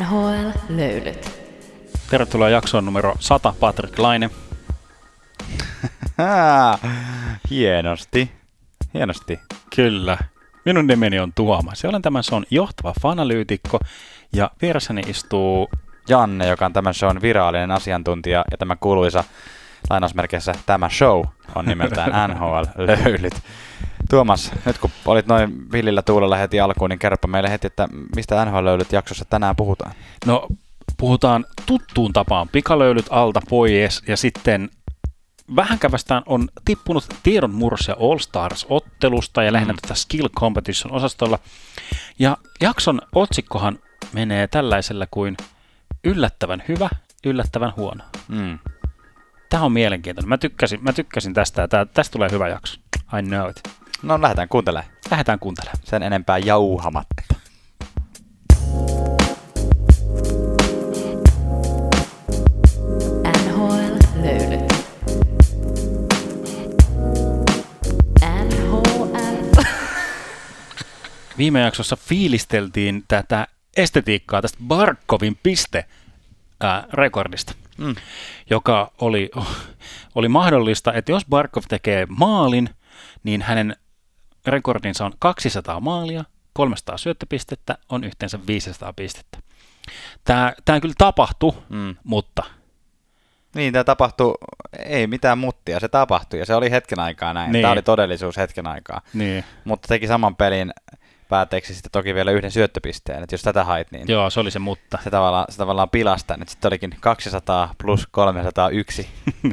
NHL-löylyt. Tervetuloa jaksoon numero 100, Patrik Laine. Hienosti. Kyllä. Minun nimeni on Tuomas ja olen tämän shown johtava fanalyytikko ja vieressäni istuu Janne, joka on tämän shown virallinen asiantuntija ja tämä kuuluisa lainausmerkeissä tämä show on nimeltään NHL-löylyt. Tuomas, nyt kun olit noin villillä tuulella heti alkuun, niin kerropa meille heti, että mistä NHL-löylyt jaksossa tänään puhutaan. No, puhutaan tuttuun tapaan pikalöylyt alta pois ja sitten vähän kävästään on tippunut tiedon murros All Stars-ottelusta ja lähinnä tätä Skill Competition-osastolla. Ja jakson otsikkohan menee tällaisella kuin yllättävän hyvä, yllättävän huono. Tämä on mielenkiintoinen. Mä tykkäsin tästä ja tästä tulee hyvä jakso. I know it. No lähdetään kuuntelemaan. Lähdetään kuuntelemaan. Sen enempää jauhamatta. NHL-löylyt. Viime jaksossa fiilisteltiin tätä estetiikkaa tästä Barkovin rekordista, joka oli mahdollista, että jos Barkov tekee maalin, niin hänen rekordinsa on 200 maalia, 300 syöttöpistettä, on yhteensä 500 pistettä. Tämä kyllä tapahtui, mutta... Niin, tämä tapahtui, ei mitään muttia, se tapahtui ja se oli hetken aikaa näin. Niin. Tämä oli todellisuus hetken aikaa, Niin. mutta teki saman pelin päätteeksi sitten toki vielä yhden syöttöpisteen, että jos tätä hait, niin Joo, se oli se mutta. se tavallaan pilasta, että sitten olikin 200 plus 301,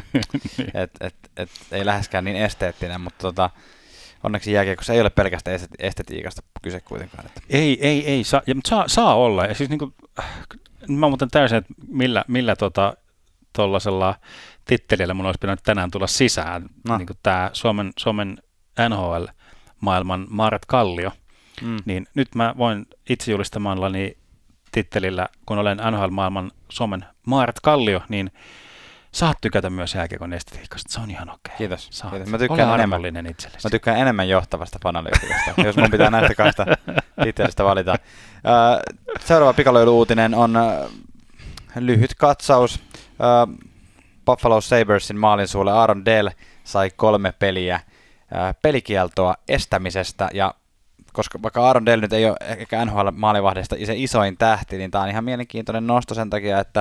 et ei läheskään niin esteettinen, mutta onneksi jääkiekossa ei ole pelkästään estetiikasta kyse kuitenkaan. Että. Ei, mutta saa olla. Ja siis mä muuten täysin, että millä tuollaisella tittelillä mun olisi pitänyt tänään tulla sisään. No. Niin tämä Suomen NHL-maailman Maaret Kallio. Niin nyt mä voin itse julistamallani tittelillä, kun olen NHL-maailman Suomen Maaret Kallio, niin saat tykätä myös jääkiekon estetiikasta. Se on ihan okei. Kiitos. Kiitos. Mä tykkään itsellesi. Mä tykkään enemmän johtavasta fanalyytikasta, jos mun pitää näistä kahdesta tittelistä valita. Seuraava pikalöyly-uutinen on lyhyt katsaus. Buffalo Sabresin maalinsuulle Aaron Dell sai 3 peliä pelikieltoa estämisestä, ja koska vaikka Aaron Dell nyt ei ole ehkä NHL-maalivahdeista se isoin tähti, niin tämä on ihan mielenkiintoinen nosto sen takia, että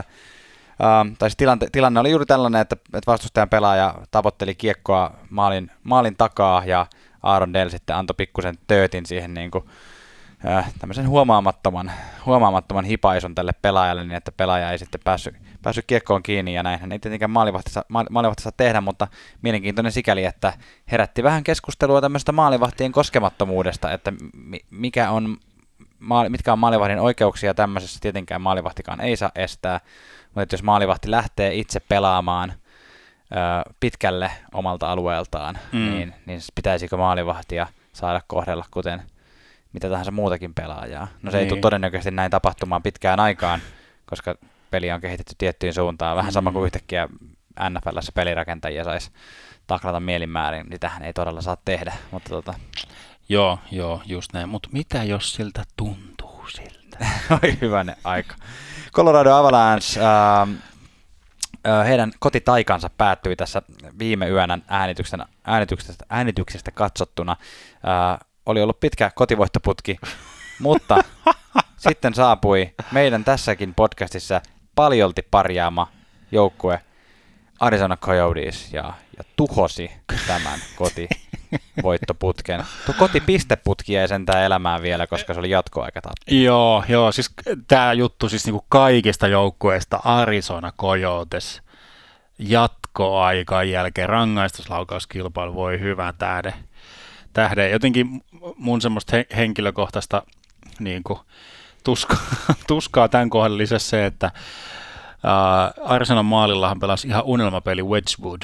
tilanne oli juuri tällainen, että vastustajan pelaaja tavoitteli kiekkoa maalin takaa, ja Aaron Dell sitten antoi pikkusen töötin siihen niin kuin, tämmöisen huomaamattoman hipaisun tälle pelaajalle, niin että pelaaja ei sitten päässyt kiekkoon kiinni, ja näinhän ei tietenkään maalivahti saa tehdä, mutta mielenkiintoinen sikäli, että herätti vähän keskustelua tämmöistä maalivahtien koskemattomuudesta, että mitkä on maalivahdin oikeuksia tämmöisessä, tietenkään maalivahtikaan ei saa estää, mutta jos maalivahti lähtee itse pelaamaan pitkälle omalta alueeltaan, niin pitäisikö maalivahtia saada kohdella kuten mitä tahansa muutakin pelaajaa. No se ei tule todennäköisesti näin tapahtumaan pitkään aikaan, koska peli on kehitetty tiettyyn suuntaan. Vähän sama kuin yhtäkkiä NFL:ssä pelirakentajia saisi taklata mielinmäärin, niin tähän ei todella saa tehdä. Mutta Joo, just näin. Mutta mitä jos siltä tuntuu siltä? Oi hyvänen aika. Colorado Avalanche, heidän kotitaikansa päättyi tässä viime yönä äänityksestä katsottuna. Oli ollut pitkä kotivoittoputki, mutta sitten saapui meidän tässäkin podcastissa paljolti parjaama joukkue Arizona Coyotes ja tuhosi tämän kotivoittoputken. Tuo kotipisteputki jäi sentään elämään vielä, koska se oli jatkoaikataulu. Joo, siis tämä juttu siis niinku kaikista joukkueista Arizona Coyotes jatkoaikan jälkeen rangaistuslaukauskilpailu, voi hyvä tähde. Jotenkin mun semmoista henkilökohtaista niin kuin, tuskaa tämän kohdalla lisäsi se, että Arizonan maalillahan pelasi ihan unelmapeli Wedgwood,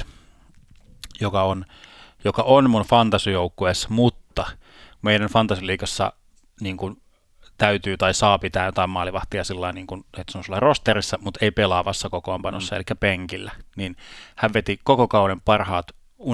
joka on mun fantasy-joukkueessa, mutta meidän fantasy-liigassa niin kuin, täytyy tai saa pitää jotain maalivahtia sillä niin kuin, että se on sulla rosterissa, mutta ei pelaavassa kokoonpanossa, eli penkillä. Niin hän veti koko kauden parhaat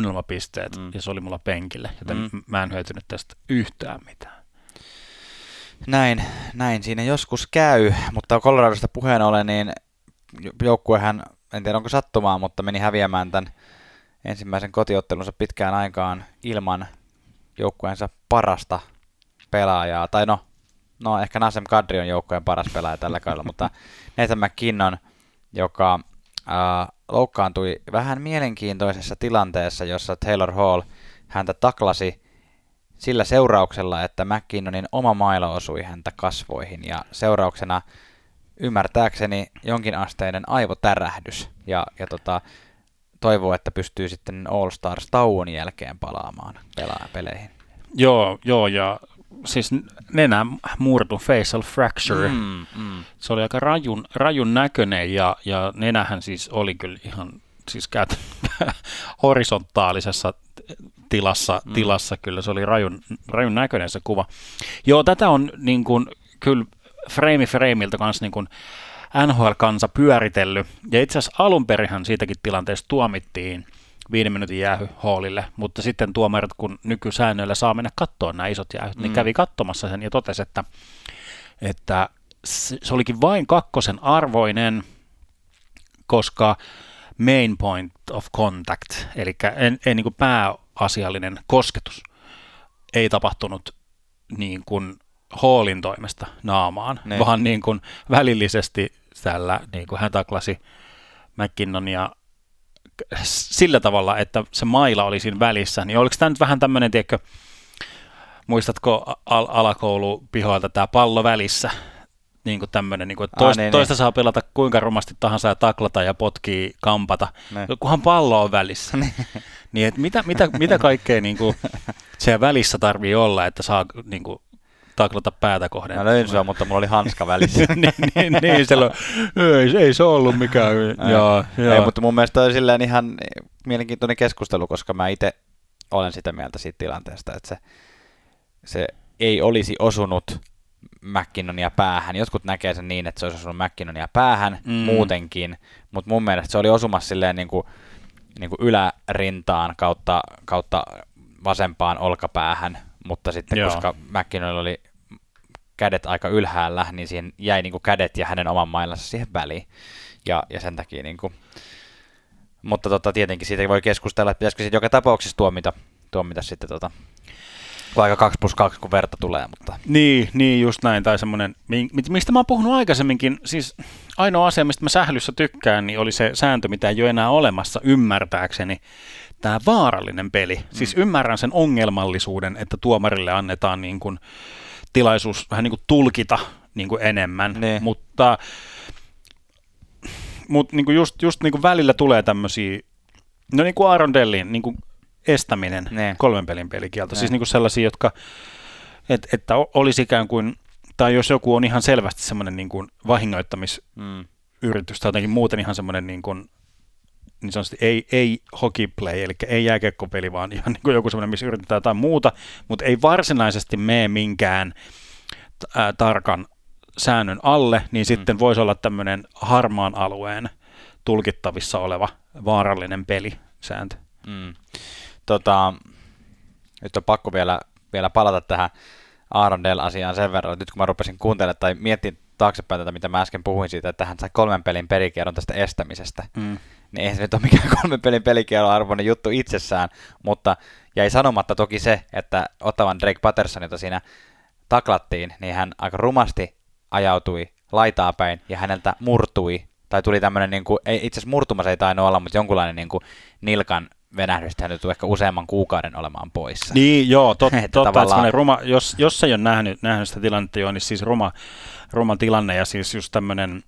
unelmapisteet, ja se oli mulla penkillä, joten mä en hyötynyt tästä yhtään mitään. Näin siinä joskus käy, mutta Coloradosta puheen ollen, niin joukkuehan, en tiedä onko sattumaa, mutta meni häviämään tämän ensimmäisen kotiottelunsa pitkään aikaan ilman joukkueensa parasta pelaajaa, tai no ehkä Nazem Kadri on joukkueen paras pelaaja tällä kaudella, mutta Nathan MacKinnon, joka loukkaantui vähän mielenkiintoisessa tilanteessa, jossa Taylor Hall häntä taklasi sillä seurauksella, että MacKinnonin oma mailo osui häntä kasvoihin ja seurauksena ymmärtääkseni jonkinasteinen aivotärähdys ja toivoo, että pystyy sitten All Stars tauon jälkeen palaamaan peleihin. Joo, ja siis nenä murtu, facial fracture. Se oli aika rajun näköinen ja nenähän siis oli kyllä ihan siis horisontaalisessa tilassa kyllä, se oli rajun näköinen se kuva. Joo, tätä on niin kuin kyllä frameiltä kanssa niin kuin NHL-kansa pyöritellyt, ja itse asiassa alunperinhan siitäkin tilanteesta tuomittiin 5 minuutin jäähy Hallille, mutta sitten tuomarit, kun nykysäännöillä saa mennä katsoa nämä isot jäähyt, niin kävi katsomassa sen ja totesi, että se olikin vain 2 arvoinen, koska main point of contact, eli ei niin kuin pääasiallinen kosketus, ei tapahtunut niin kuin Hallin toimesta naamaan, vaan niin kuin välillisesti tällä, niin kuin hän taklasi MacKinnonia sillä tavalla, että se maila oli siinä välissä, niin oliko tämä nyt vähän tämmöinen, tiedätkö, muistatko alakoulupihoilta tämä pallo välissä, niin kuin tämmöinen, niin kuin, että toista saa pelata kuinka rumasti tahansa ja taklata ja potkii, kampata, kunhan pallo on välissä. Niin, että mitä kaikkea niin kuin siellä välissä tarvii olla, että saa niin kuin taklata päätä kohden. Mä löin sua, mutta mulla oli hanska välissä. niin silloin, ei se ollut mikään. Ei, mutta mun mielestä on silleen ihan mielenkiintoinen keskustelu, koska mä itse olen sitä mieltä siitä tilanteesta, että se ei olisi osunut MacKinnonia päähän. Jotkut näkee sen niin, että se olisi osunut MacKinnonia päähän muutenkin, mutta mun mielestä se oli osumassa silleen niin kuin ylärintaan kautta vasempaan olkapäähän, mutta sitten koska MacKinnonilla oli kädet aika ylhäällä, niin siihen jäi niin kuin kädet ja hänen oman mailansa siihen väliin. Ja sen takia, niin kuin, mutta tietenkin siitä voi keskustella, että pitäisikö siitä joka tapauksessa tuomita sitten aika 2+2, kun verta tulee. Mutta. Niin, just näin, tai semmoinen, mistä mä oon puhunut aikaisemminkin, siis ainoa asia, mistä mä sählyssä tykkään, niin oli se sääntö, mitä ei ole enää olemassa ymmärtääkseni, tämä vaarallinen peli. Siis ymmärrän sen ongelmallisuuden, että tuomarille annetaan niin kuin tilaisuus vähän niin kuin tulkita niin kuin enemmän, mutta niin kuin just niin kuin välillä tulee tämmöisiä, no niin kuin Aaron Dellin niin kuin estäminen, 3 pelin pelikielto, siis niin kuin sellaisia, jotka, että olisi ikään kuin, tai jos joku on ihan selvästi semmoinen niin kuin vahingoittamisyritys tai jotenkin muuten ihan semmoinen niin sanotusti ei hockey play, eli ei jääkiekkopeli, vaan ihan niin kuin joku semmoinen, missä yritetään jotain muuta, mutta ei varsinaisesti mene minkään tarkan säännön alle, niin sitten voisi olla tämmöinen harmaan alueen tulkittavissa oleva vaarallinen pelisääntö. Nyt on pakko vielä palata tähän Aaron Dell-asiaan sen verran, että nyt kun mä rupesin kuuntelemaan tai miettimään taaksepäin tätä, mitä mä äsken puhuin siitä, että hän sai 3 pelin pelikierron tästä estämisestä, niin eihän se nyt ole mikään 3 pelin pelikierron arvoinen juttu itsessään, mutta jäi sanomatta toki se, että Ottavan Drake Patterson, jota siinä taklattiin, niin hän aika rumasti ajautui laitaa päin ja häneltä murtui, tai tuli tämmöinen, niin kuin, itse asiassa murtuma se ei tainnut olla, mutta jonkunlainen niin kuin nilkan venähdystä hän joutuu ehkä useamman kuukauden olemaan poissa. Niin, joo, totta, että ruma, jos ei ole nähnyt sitä tilannetta jo, niin siis ruma tilanne ja siis just tämmöinen,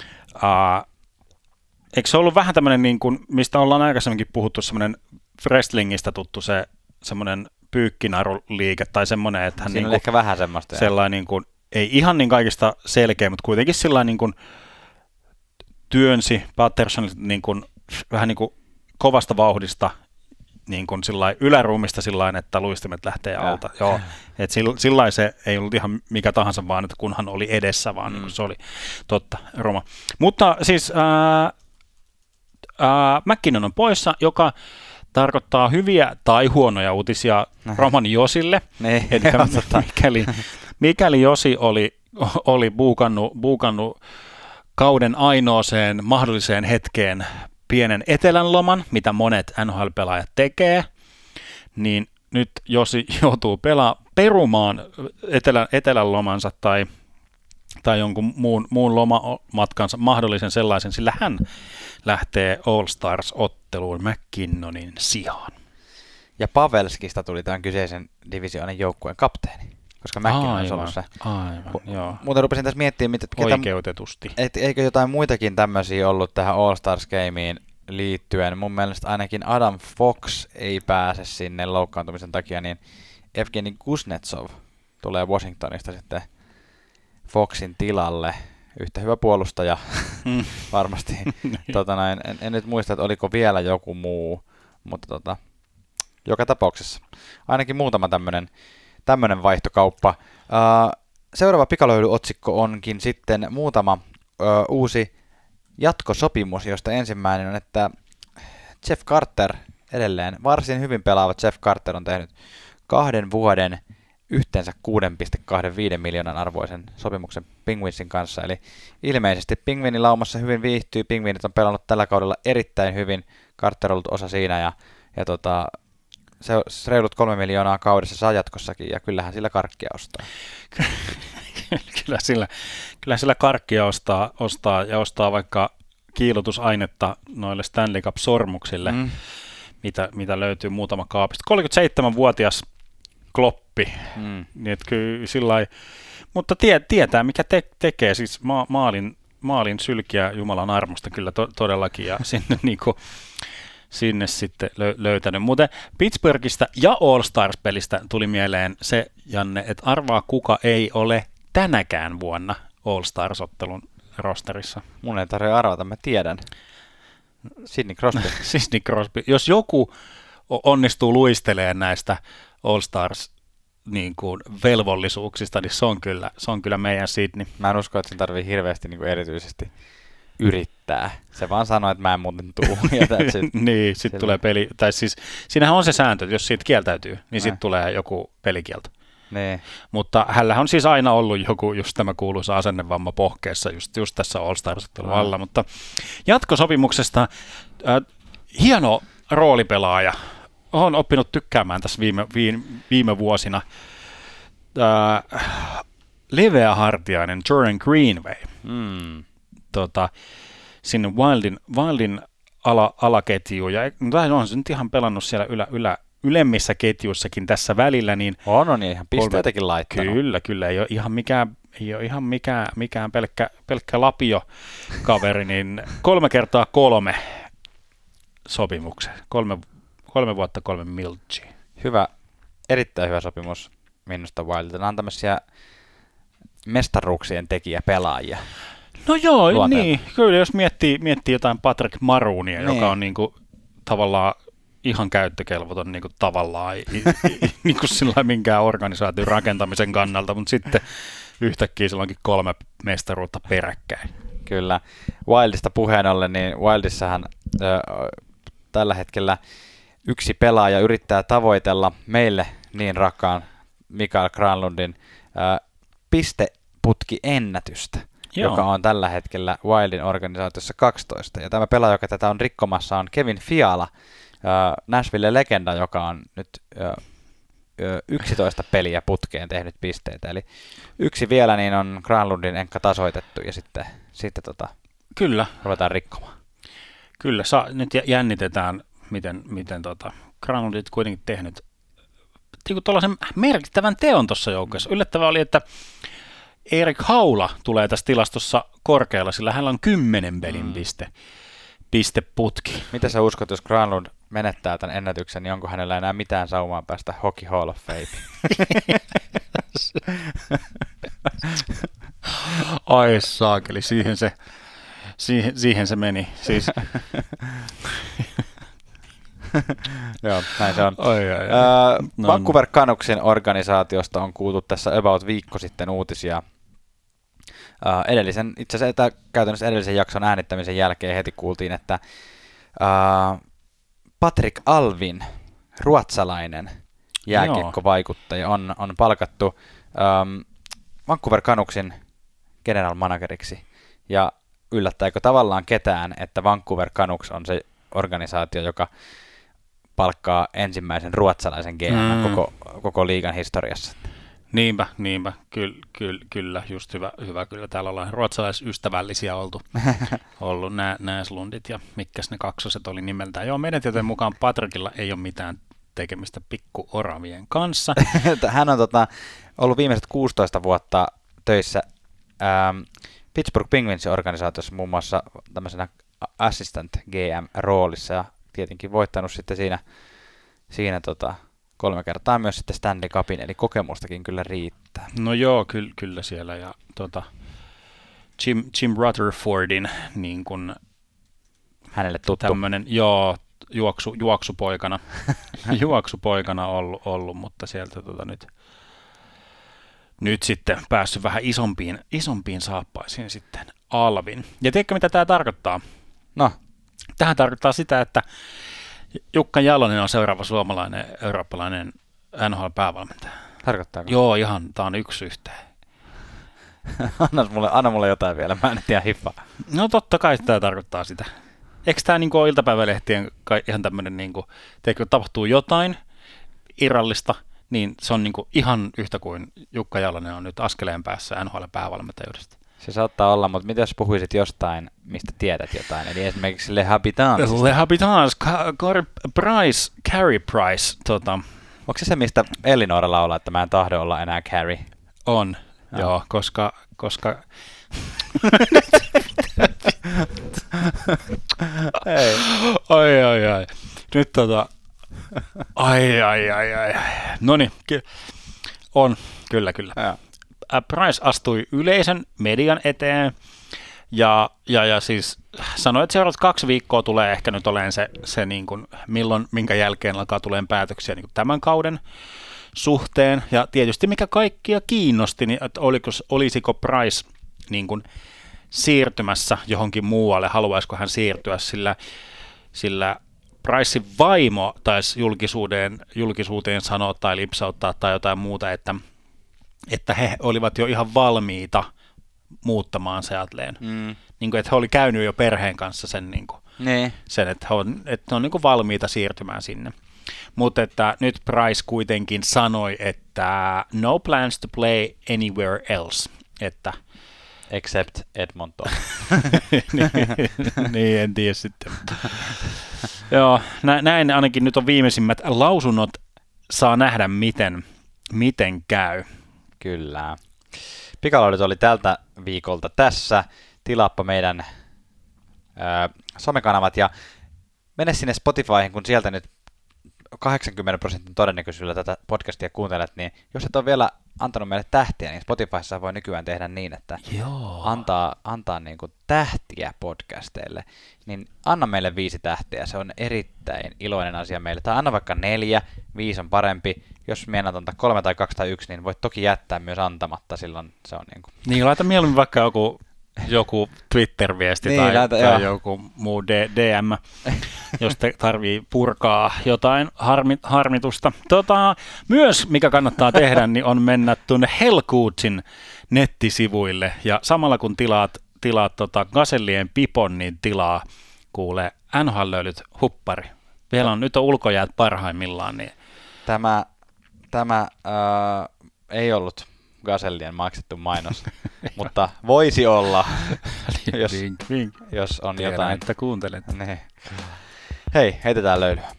eikö se ollut vähän tämmöinen, niin kuin, mistä ollaan aikaisemminkin puhuttu, semmoinen wrestlingistä tuttu se semmoinen pyykkinaruliike tai semmoinen, että hän siinä niin ehkä vähän semmoista. Sellainen niin kuin, ei ihan niin kaikista selkeä, mutta kuitenkin sellainen niin kuin työnsi Patterson niin kuin, vähän niin kuin kovasta vauhdista niin kuin yläruumista sillain, että luistimet lähtee alta. Joo, että sillain se ei ollut ihan mikä tahansa, vaan että kunhan oli edessä, vaan niin kuin se oli totta, roma. Mutta siis MacKinnon on poissa, joka tarkoittaa hyviä tai huonoja uutisia Roman Josille. Niin, Eli mikäli Josi oli buukannut kauden ainoaseen mahdolliseen hetkeen pienen etelän loman, mitä monet NHL-pelaajat tekee, niin nyt Josi joutuu perumaan etelän lomansa tai jonkun muun lomamatkansa, mahdollisen sellaisen, sillä hän lähtee All-Stars-otteluun McKinnonin sijaan. Ja Pavelskista tuli tämän kyseisen divisioonan joukkueen kapteeni, koska McKinnon on ollut se. Aivan, joo. Muuten rupesin tässä miettimään, oikeutetusti. Eikö jotain muitakin tämmöisiä ollut tähän All-Stars-gameen liittyen. Mun mielestä ainakin Adam Fox ei pääse sinne loukkaantumisen takia, niin Evgeni Kuznetsov tulee Washingtonista sitten Foxin tilalle. Yhtä hyvä puolustaja varmasti. En nyt muista, että oliko vielä joku muu, mutta joka tapauksessa ainakin muutama tämmöinen vaihtokauppa. Seuraava pikalöylyotsikko onkin sitten muutama uusi jatkosopimus, josta ensimmäinen on, että Jeff Carter edelleen, varsin hyvin pelaava Jeff Carter on tehnyt 2 vuoden yhteensä 6,25 miljoonan arvoisen sopimuksen Penguinsin kanssa, eli ilmeisesti Penguinilaumassa hyvin viihtyy, Penguinit on pelannut tällä kaudella erittäin hyvin, Carter on ollut osa siinä, ja se reilut 3 miljoonaa kaudessa saa jatkossakin, ja kyllähän sillä karkkia ostaa. Kyllä sillä karkkia ostaa vaikka kiilotusainetta noille Stanley Cup-sormuksille, mitä löytyy muutama kaapista. 37-vuotias kloppi, niin että kyllä sillai, mutta tietää mikä tekee, siis maalin sylkiä Jumalan armosta kyllä todellakin, ja sinne sitten löytänyt. Muuten Pittsburghista ja All-Stars-pelistä tuli mieleen se, Janne, että arvaa kuka ei ole tänäkään vuonna All-Stars-ottelun rosterissa. Mun ei tarvitse arvata, mä tiedän. Sidney Crosby. Sidney Crosby. Jos joku onnistuu luistelemaan näistä All-Stars niin kuin velvollisuuksista, niin se on kyllä meidän Sidney. Mä en usko, että sen tarvii hirveästi niin kuin erityisesti yrittää. Se vaan sanoo, että mä en muuten tuu. Niin, sitten tulee peli. Tai siis, siinähän on se sääntö, että jos siitä kieltäytyy, niin sitten tulee joku pelikielto. Nee. Mutta hänellä on siis aina ollut joku just tämä kuuluisa asennevamma pohkeessa just tässä All-Stars-ottelun alla. Mutta jatkosopimuksesta hieno roolipelaaja. Olen oppinut tykkäämään tässä viime vuosina. Leveähartiainen Jordan Greenway. Sinne Wildin alaketjuun. Ja on se nyt ihan pelannut siellä ylemmissä ketjuissakin tässä välillä. Niin on ihan pisteitäkin laittanut. Kyllä. Ei ole ihan mikään pelkkä lapio-kaveri, niin 3x3 sopimuksen. 3 vuotta 3 miltsiä. Hyvä, erittäin hyvä sopimus minusta Wildilta. Nämä on tämmöisiä mestaruuksien tekijäpelaajia. No joo, luonteelta. Niin. Kyllä jos miettii jotain Patrick Maronia, joka on niinku tavallaan ihan käyttökelvoton niinku tavallaan niinku sillä minkään organisaation rakentamisen kannalta, mutta sitten yhtäkkiä sillä onkin 3 mestaruutta peräkkäin. Kyllä. Wildista puheen ollen, niin Wildissahan tällä hetkellä yksi pelaaja yrittää tavoitella meille niin rakkaan Mikael Granlundin pisteputkiennätystä, joka on tällä hetkellä Wildin organisaatiossa 12. Ja tämä pelaaja, joka tätä on rikkomassa, on Kevin Fiala, Nashville-legenda, joka on nyt 11 peliä putkeen tehnyt pisteitä. Eli yksi vielä, niin on Granlundin enkka tasoitettu ja sitten kyllä ruvetaan rikkomaan. Kyllä, nyt jännitetään, miten Granlundit kuitenkin tehnyt tuollaisen merkittävän teon tuossa joukkueessa. Yllättävää oli, että Erik Haula tulee tässä tilastossa korkealla, sillä hänellä on 10 pelin pisteputki. Mitä sä uskot, jos Granlund menettää tämän ennätyksen, niin onko hänellä enää mitään saumaa päästä Hockey Hall of Fame? Ai saakeli, siihen se meni. Siis. Joo, näin se on. Vancouver Canucksin organisaatiosta on kuultu tässä about viikko sitten uutisia. Itse asiassa käytännössä edellisen jakson äänittämisen jälkeen heti kuultiin, että Patrick Alvin, ruotsalainen jääkiekkovaikuttaja, on palkattu Vancouver Canucksin general manageriksi. Ja yllättääkö tavallaan ketään, että Vancouver Canucks on se organisaatio, joka palkkaa ensimmäisen ruotsalaisen GM koko liigan historiassa? Niinpä. Kyllä, just hyvä kyllä. Täällä ollaan ruotsalaisystävällisiä ollut Näslundit ja mitkäs ne kaksoset oli nimeltään. Joo, meidän tietojen mukaan Patrickilla ei ole mitään tekemistä pikkuoravien kanssa. Hän on ollut viimeiset 16 vuotta töissä Pittsburgh Penguinsin organisaatiossa muun muassa tämmöisenä assistant GM-roolissa ja tietenkin voittanut sitten siinä 3 kertaa myös sitten Stanley Cupin, eli kokemustakin kyllä riittää. No joo, kyllä siellä ja Jim Rutherfordin niin kuin hänelle tuttu. Tämmöinen, juoksupoikana ollut, mutta sieltä nyt sitten päässyt vähän isompiin saappaisiin sitten Alvin. Ja tiedätkö, mitä tämä tarkoittaa? No. Tähän tarkoittaa sitä, että Jukka Jalonen on seuraava suomalainen eurooppalainen NHL-päävalmentaja. Tarkoittaako? Joo, ihan, tämä on 1-1. Anna mulle jotain vielä, mä en tiedä hiffaa. No totta kai tämä tarkoittaa sitä. Eikö tämä niin ole iltapäivälehtien ihan tämmöinen, niin kun tapahtuu jotain irrallista, niin se on niin ihan yhtä kuin Jukka Jalonen on nyt askeleen päässä NHL-päävalmentajuudesta. Se saattaa olla, mutta mitä jos puhuisit jostain, mistä tiedät jotain? Eli esimerkiksi Le Habitants. Le Habitants, Carey Price. Onko se mistä Elinora laulaa, että mä en tahdo olla enää Carey? On, joo, koska Ei. Ai. Nyt ai. Noniin, on, kyllä. Price astui yleisön median eteen ja siis sanoi, että seuraavat 2 viikkoa tulee ehkä nyt olemaan se niin kuin, minkä jälkeen alkaa tulemaan päätöksiä niin kuin tämän kauden suhteen. Ja tietysti mikä kaikkia kiinnosti, niin että olisiko Price niin kuin siirtymässä johonkin muualle, haluaisiko hän siirtyä, sillä Pricein vaimo taisi julkisuuteen sanoa tai lipsauttaa tai jotain muuta, että he olivat jo ihan valmiita muuttamaan Seattleen. Niin kuin, että he oli käynyt jo perheen kanssa sen, että he on niin kuin valmiita siirtymään sinne. Mutta että nyt Price kuitenkin sanoi, että no plans to play anywhere else. Että except Edmonton. niin, en tiedä sitten. Joo, näin ainakin nyt on viimeisimmät lausunnot. Saa nähdä, miten käy. Kyllä. Pikalaudet oli tältä viikolta tässä. Tilaappa meidän somekanavat ja mene sinne Spotifyhin, kun sieltä nyt 80% todennäköisyydellä tätä podcastia kuuntelet, niin jos et ole vielä antanut meille tähtiä, niin Spotifyssa voi nykyään tehdä niin, että antaa niin kuin tähtiä podcasteille, niin anna meille 5 tähteä, se on erittäin iloinen asia meille. Tai anna vaikka 4, 5 on parempi. Jos meinaat antaa 3 tai 2 tai 1, niin voit toki jättää myös antamatta, silloin se on niin kuin... Niin, laita mieluummin vaikka joku Twitter-viesti niin, tai joku muu DM, jos te tarvii purkaa jotain harmitusta. Myös, mikä kannattaa tehdä, niin on mennä tuonne Hellcootsin nettisivuille, ja samalla kun tilaat Gasellien pipon, niin tilaa kuule NHL-löylyt huppari. Vielä nyt on ulkojäät parhaimmillaan. Niin... Tämä ei ollut Gasellien maksettu mainos, mutta voisi olla, jos on tiedän, jotain. Että kuuntelet. Ne. Hei, heitetään löylyä.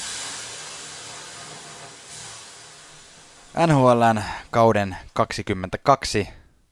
NHL:n kauden 21-22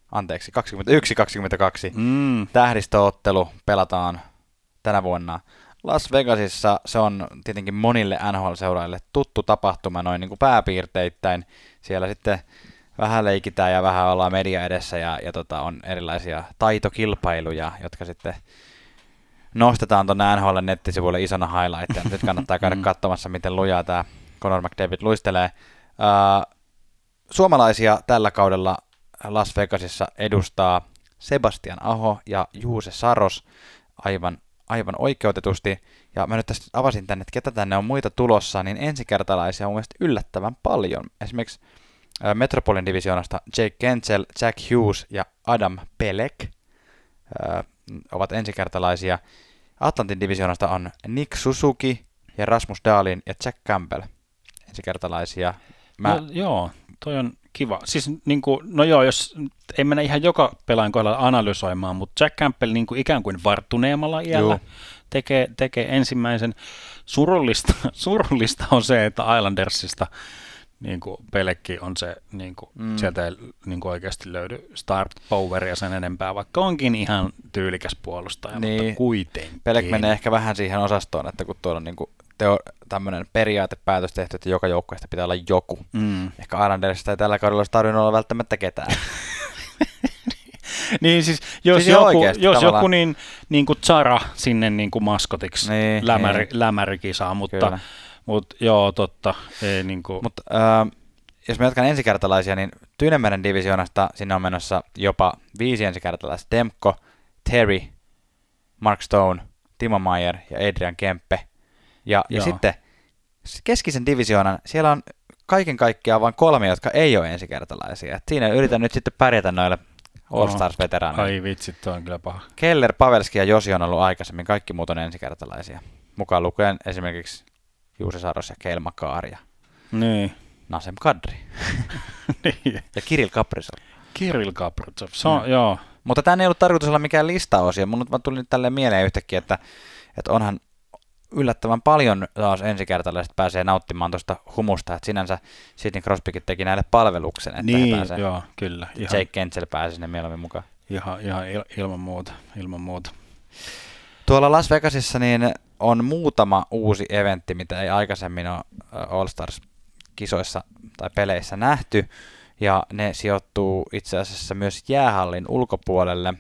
tähdistöottelu pelataan tänä vuonna Las Vegasissa. Se on tietenkin monille NHL-seuraajille tuttu tapahtuma noin niin kuin pääpiirteittäin. Siellä sitten vähän leikitään ja vähän ollaan media edessä ja on erilaisia taitokilpailuja, jotka sitten nostetaan tuonne NHL:n nettisivuille isona highlightina. Nyt kannattaa käydä katsomassa, miten lujaa tämä Connor McDavid luistelee. Suomalaisia tällä kaudella Las Vegasissa edustaa Sebastian Aho ja Juuse Saros. aivan oikeutetusti. Ja mä nyt tästä avasin tänne, että ketä tänne on muita tulossa, niin ensikertalaisia on mielestäni yllättävän paljon. Esimerkiksi Metropolin divisioonasta Jake Gensel, Jack Hughes ja Adam Pelek ovat ensikertalaisia. Atlantin divisioonasta on Nick Suzuki ja Rasmus Dahlin ja Jack Campbell ensikertalaisia. Joo, toi on kiva. Siis jos ei mennä ihan joka pelaajan kohdalla analysoimaan, mutta Jack Campbell ikään kuin varttuneemmalla iällä tekee ensimmäisen. Surullista on se, että Islandersista Pelekki on se, sieltä ei oikeasti löydy star poweria sen enempää, vaikka onkin ihan tyylikäs puolustaja, mutta kuitenkin. Pelek menee ehkä vähän siihen osastoon, että kun tuolla on tämmöinen periaatepäätös tehty, että joka joukkueesta pitää olla joku. Ehkä Islandersista ei tällä kaudella olisi tarvinnut olla välttämättä ketään. Niin siis jos joku niin kuin Zara sinne maskotiksi lämärikisaa, mutta joo, totta. Mutta jos me jatkan ensikertalaisia, niin Tyynemeren divisioonasta sinne on menossa jopa 5 ensikertalaista. Demko, Terry, Mark Stone, Timo Maier ja Adrian Kempe. Ja sitten keskisen divisioonan, siellä on kaiken kaikkiaan vain 3, jotka ei ole ensikertalaisia. Et siinä yritän nyt sitten pärjätä noille All-Stars-veteraaneille. Ai vitsi, tuo on kyllä paha. Keller, Pavelski ja Josi on ollut aikaisemmin, kaikki muut on ensikertalaisia. Mukaan lukien esimerkiksi Juuse Saros ja Cale Makar ja Nasem Kadri niin. ja Kirill Kaprizov. Joo. Mutta tämä ei ollut tarkoitus olla mikään listaosio. Mun tuli nyt tälleen mieleen yhtäkkiä, että onhan yllättävän paljon taas ensikertalaiset pääsee nauttimaan tuosta humusta, että sinänsä Sidney Crosbykin teki näille palveluksen, että he pääsee. Joo, kyllä. Jake Gensel pääsi sinne mieluummin mukaan. Ihan ilman muuta. Tuolla Las Vegasissa niin on muutama uusi eventti, mitä ei aikaisemmin ole All-Stars-kisoissa tai peleissä nähty, ja ne sijoittuu itse asiassa myös jäähallin ulkopuolelle.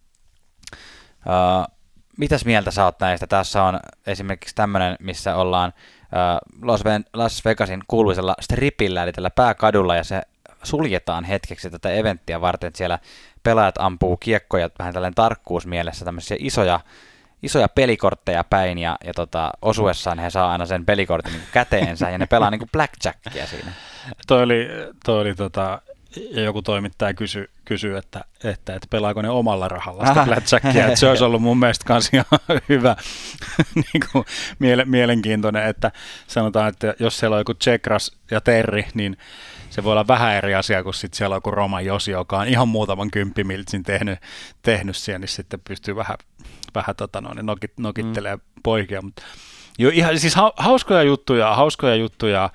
Mitäs mieltä sä oot näistä? Tässä on esimerkiksi tämmöinen, missä ollaan Las Vegasin kuuluisella stripillä, eli tällä pääkadulla, ja se suljetaan hetkeksi tätä eventtiä varten. Siellä pelaajat ampuu kiekkoja vähän tällainen tarkkuusmielessä, tämmöisiä isoja pelikortteja päin, ja osuessaan he saa aina sen pelikortin käteensä, ja ne pelaa niin kuin blackjackia siinä. Toi oli joku toimittaja kysyi, että pelaako ne omalla rahalla sitä blackjackia, että se olisi ollut mun mielestä kans ihan hyvä, mielenkiintoinen, että sanotaan, että jos siellä on joku Tsekras ja Terri, niin se voi olla vähän eri asia kuin sitten siellä on joku Roman Josi, joka on ihan muutaman kymppimiltsin tehnyt siellä, niin sitten pystyy vähän nokittelemaan poikia, mutta jo ihan siis hauskoja juttuja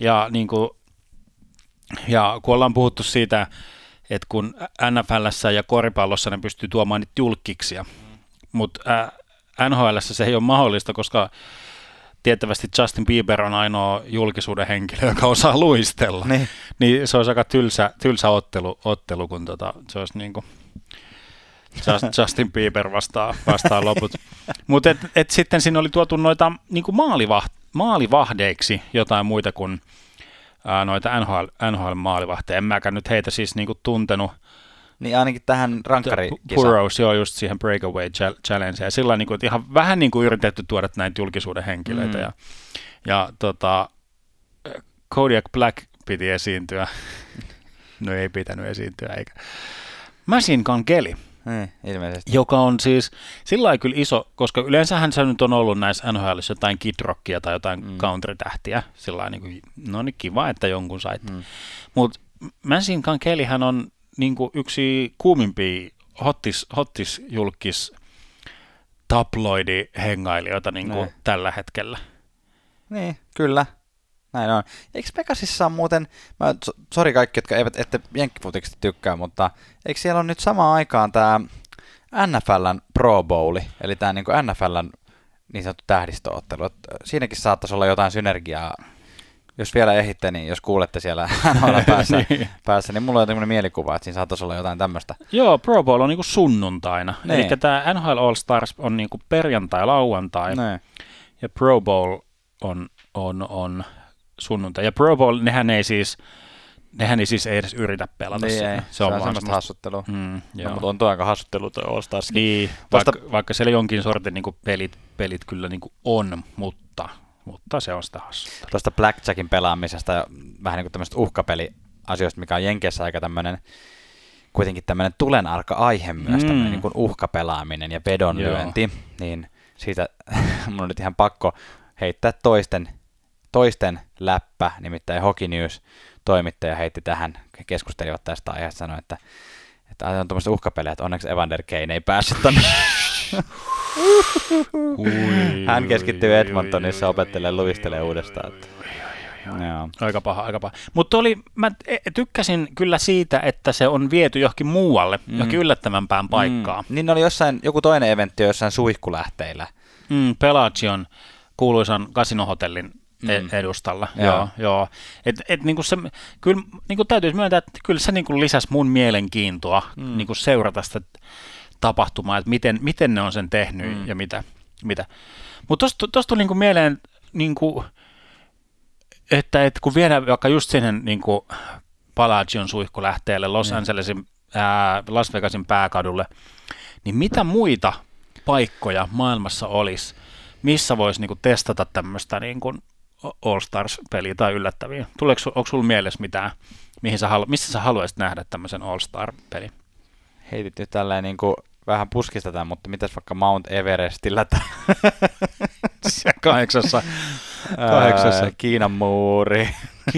ja kun ollaan puhuttu siitä, että kun NFL:ssä ja koripallossa ne pystyy tuomaan niitä julkkiksia, mutta NHL:ssä se ei ole mahdollista, koska tiettävästi Justin Bieber on ainoa julkisuuden henkilö, joka osaa luistella. Niin se olisi aika tylsä ottelu kun se olisi niin kuin Justin Bieber vastaa loput. Mutta sitten siinä oli tuotu noita niin kuin maalivahdeiksi jotain muita kuin noita NHL-maalivahteja. En mäkään nyt heitä siis niin kuin tuntenut. Niin ainakin tähän rankkarikisaan. Burroughs, joo, just siihen breakaway challenge. Ja sillä niin kuin, ihan vähän niin kuin yritetty tuoda näitä julkisuuden henkilöitä. Ja Kodiak Black piti esiintyä. No ei pitänyt esiintyä, eikä. Machine Gun Kelly. Ilmeisesti. Joka on siis sillä lailla kyllä iso, koska yleensähän se nyt on ollut näissä NHLissa jotain Kid Rockia tai jotain country-tähtiä. Sillä lailla, no niin kiva, että jonkun sait. Mutta Machine Gun Kellyhän on niin kuin yksi kuumimpia hottis-julkis tabloidi-hengailijoita niin kuin tällä hetkellä. Niin, kyllä. Näin on. Eikö Vegasissa on muuten, sori kaikki, jotka ette jenkkifutiksesta tykkää, mutta eikö siellä ole nyt samaan aikaan tämä NFLn Pro Bowli, eli tämä niin kuin NFLn niin sanottu tähdistöottelu. Siinäkin saattaisi olla jotain synergiaa. Jos vielä ehitte, niin jos kuulette siellä päässä, niin mulla on tämmöinen mielikuva, että siinä saattaisi olla jotain tämmöistä. Joo, Pro Bowl on niinku sunnuntaina. Eli tämä NHL All Stars on niinku perjantai-lauantai. Ja Pro Bowl on sunnuntai. Ja Pro Bowl, nehän ei siis, nehän ei siis ei edes yritä pelata Niin sitä. ei, Se on vaan semmoista hassuttelua. Joo. No, mutta on tuo aika hassuttelu tuo All Starskin. Niin, vaikka siellä jonkin sortin niin pelit kyllä niin on, mutta se on sitä hassuttelua. Tuosta Blackjackin pelaamisesta ja vähän niin kuin tämmöistä uhkapeliasioista, mikä on Jenkeissä aika tämmöinen kuitenkin tämmöinen tulenarka aihe myös, tämmöinen niin kuin uhkapelaaminen ja vedonlyönti, niin siitä mun on nyt ihan pakko heittää toisten läppä, nimittäin Hockey News toimittaja heitti tähän, keskustelivat tästä aiheesta, sanoi, että on tuommoista uhkapelejä, että onneksi Evander Kane ei päässyt tonne. Hän keskittyy Edmontonissa opettelemaan luistelee uudestaan. Aika paha. Mutta mä tykkäsin kyllä siitä, että se on viety johonkin muualle, johonkin yllättävämpään paikkaan. Niin oli joku toinen eventti jossain suihkulähteillä. Pelagion kuuluisan kasinohotellin edustalla. Joo. Niinku se, kyllä niinku täytyisi myöntää, että kyllä se niinku lisäsi mun mielenkiintoa niinku seurata sitä tapahtumaa, että miten ne on sen tehnyt ja mitä. Mutta tuosta tuli niinku mieleen, niinku, että kun viedään vaikka just sinne niinku Pelagion suihkulähteelle Las Vegasin pääkadulle, niin mitä muita paikkoja maailmassa olisi, missä voisi niinku testata tämmöistä niinku All Stars-peliä tai yllättäviä? Onko sulla mielessä mitään, missä sä haluaisit nähdä tämmöisen All Star-pelin? Heitit nyt tälleen niinku vähän puskistetaan, mutta mitäs vaikka Mount Everestillä kahdeksassa. Kiinan muuri.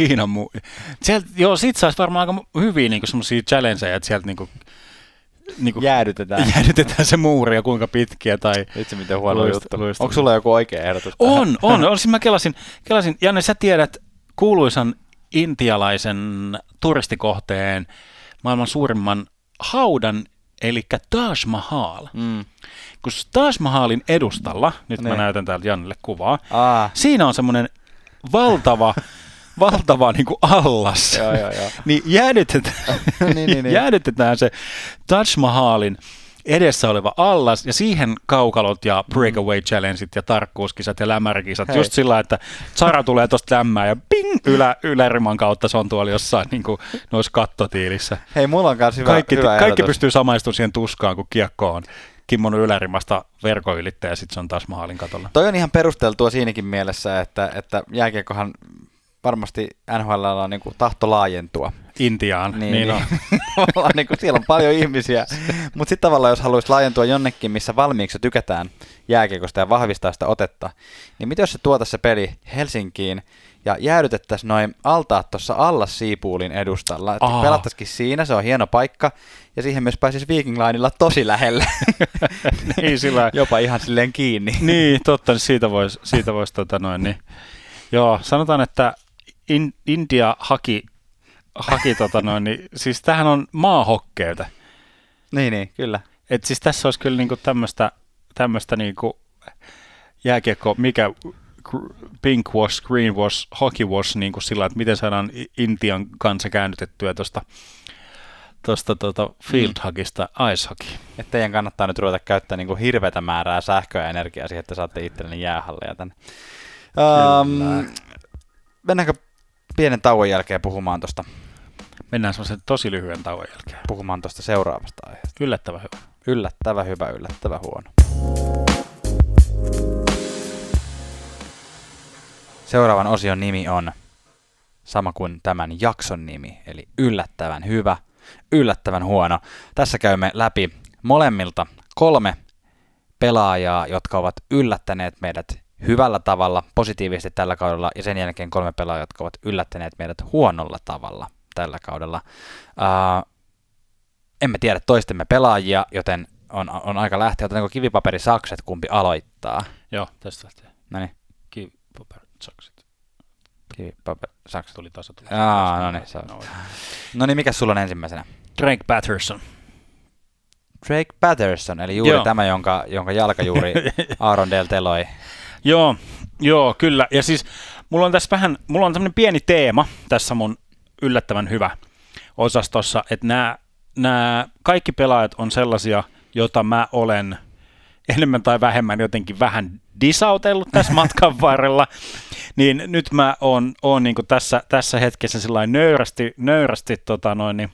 Siitä saisi varmaan aika hyviä niinku semmoisia challengeja, että sieltä niinku jäädytetään se muuri ja kuinka pitkiä tai itse miten huono juttu. Onko sulla joku oikea ehdotus? On. Mä kelasin. Janne, sä tiedät kuuluisan intialaisen turistikohteen maailman suurimman haudan, eli Taj Mahal. Kun Taj Mahalin edustalla, nyt mä näytän täältä Jannelle kuvaa, siinä on semmoinen valtava niin kuin allas. Joo. Niin jäädytetään se Taj Mahalin edessä oleva allas ja siihen kaukalot ja breakaway challengeit ja tarkkuuskisat ja lämärikisat. Just sillä, että Sara tulee tosta lämmää ja ping yläriman kautta se on tuolla jossain niin kuin noissa kattotiilissä. Hei, mulla on kanssa hyvä kaikki pystyy samaistumaan siihen tuskaan, kun kiekko on kimmonnut ylärimasta verkon ylittä ja sitten se on taas Mahalin katolla. Toi on ihan perusteltua siinäkin mielessä, että jääkiekkohan varmasti NHL on niin kuin tahto laajentua. Intiaan. Niin on. Niin kuin siellä on paljon ihmisiä, mutta sitten tavallaan jos haluaisi laajentua jonnekin, missä valmiiksi tykätään jääkiekosta ja vahvistaa sitä otetta, niin mitä jos se tuotaisi se peli Helsinkiin ja jäädytettäisiin noin altaat tuossa Allas Seapoolin edustalla, että pelattaisikin siinä, se on hieno paikka, ja siihen myös pääsisi Viking Linella tosi lähelle. Niin, sillä jopa ihan silleen kiinni. Niin, totta, niin siitä voisi niin. Joo, sanotaan, että India haki niin, siis tämähän on maahokkeita. Niin, kyllä. Et siis tässä olisi kyllä niinku tämmöistä niinku jääkiekko, mikä pink wash, green wash, hockey wash, niinku sillä, että miten saadaan Intian kanssa käännytettyä tuosta field hockeysta ice hockey. Että teidän kannattaa nyt ruveta käyttää niinku hirveätä määrää sähköä ja energiaa siihen, että saatte itsellenne jäähalleja tänne. Mennäänkö pienen tauon jälkeen puhumaan tuosta? Mennään semmoisen tosi lyhyen tauon jälkeen. Puhumaan tuosta seuraavasta aiheesta. Yllättävän hyvä. Yllättävän hyvä, yllättävän huono. Seuraavan osion nimi on sama kuin tämän jakson nimi, eli yllättävän hyvä, yllättävän huono. Tässä käymme läpi molemmilta 3 pelaajaa, jotka ovat yllättäneet meidät hyvällä tavalla, positiivisesti tällä kaudella, ja sen jälkeen 3 pelaajaa, jotka ovat yllättäneet meidät huonolla tavalla tällä kaudella. Emme tiedä toistemme pelaajia, joten on aika lähteä. Otetaanko kivipaperi sakset, kumpi aloittaa? Joo, tästä lähtee. Noniin. Kivipaperi sakset. Kivipaperi sakset. Tuli tasa. No niin, mikä sulla on ensimmäisenä? Drake Patterson. Drake Patterson, eli juuri tämä, jonka jalka juuri Aaron Del teloi. Joo, kyllä. Ja siis mulla on tämmöinen pieni teema tässä mun yllättävän hyvä osastossa, että nämä kaikki pelaajat on sellaisia, joita mä olen enemmän tai vähemmän jotenkin vähän disautellut tässä matkan varrella. Niin nyt mä oon niin kuin tässä hetkessä sillain nöyrästi niin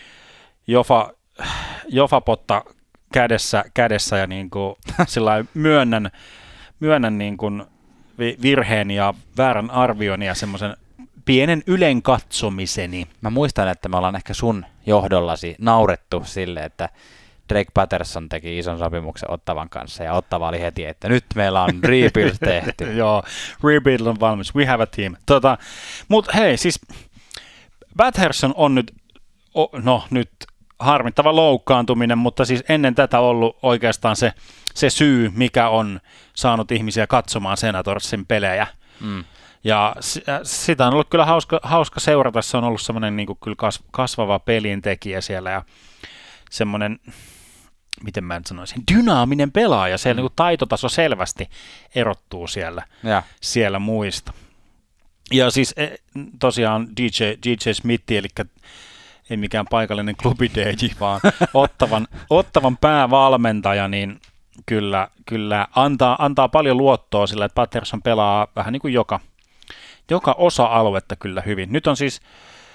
jofapotta kädessä ja niin kuin sillain myönnän niin kuin virheen ja väärän arvion ja semmoisen pienen ylen katsomiseni. Mä muistan, että me ollaan ehkä sun johdollasi naurettu sille, että Drake Patterson teki ison sopimuksen Ottavan kanssa ja Ottava oli heti, että nyt meillä on rebuild tehty. Joo, rebuild on valmis, we have a team. Mutta hei, siis Patterson on nyt harmittava loukkaantuminen, mutta siis ennen tätä ollut oikeastaan se syy, mikä on saanut ihmisiä katsomaan Senatorsin pelejä. Ja sitä on ollut kyllä hauska seurata, se on ollut semmoinen niin kuin kyllä kasvava pelintekijä siellä ja semmoinen, miten mä nyt sanoisin, dynaaminen pelaaja, siellä niin kuin taitotaso selvästi erottuu siellä muista. Ja siis tosiaan DJ Smithi, eli ei mikään paikallinen klubi DJ, vaan Ottavan päävalmentaja, niin kyllä antaa paljon luottoa sillä, että Patterson pelaa vähän niin kuin joka osa-aluetta kyllä hyvin. Nyt on siis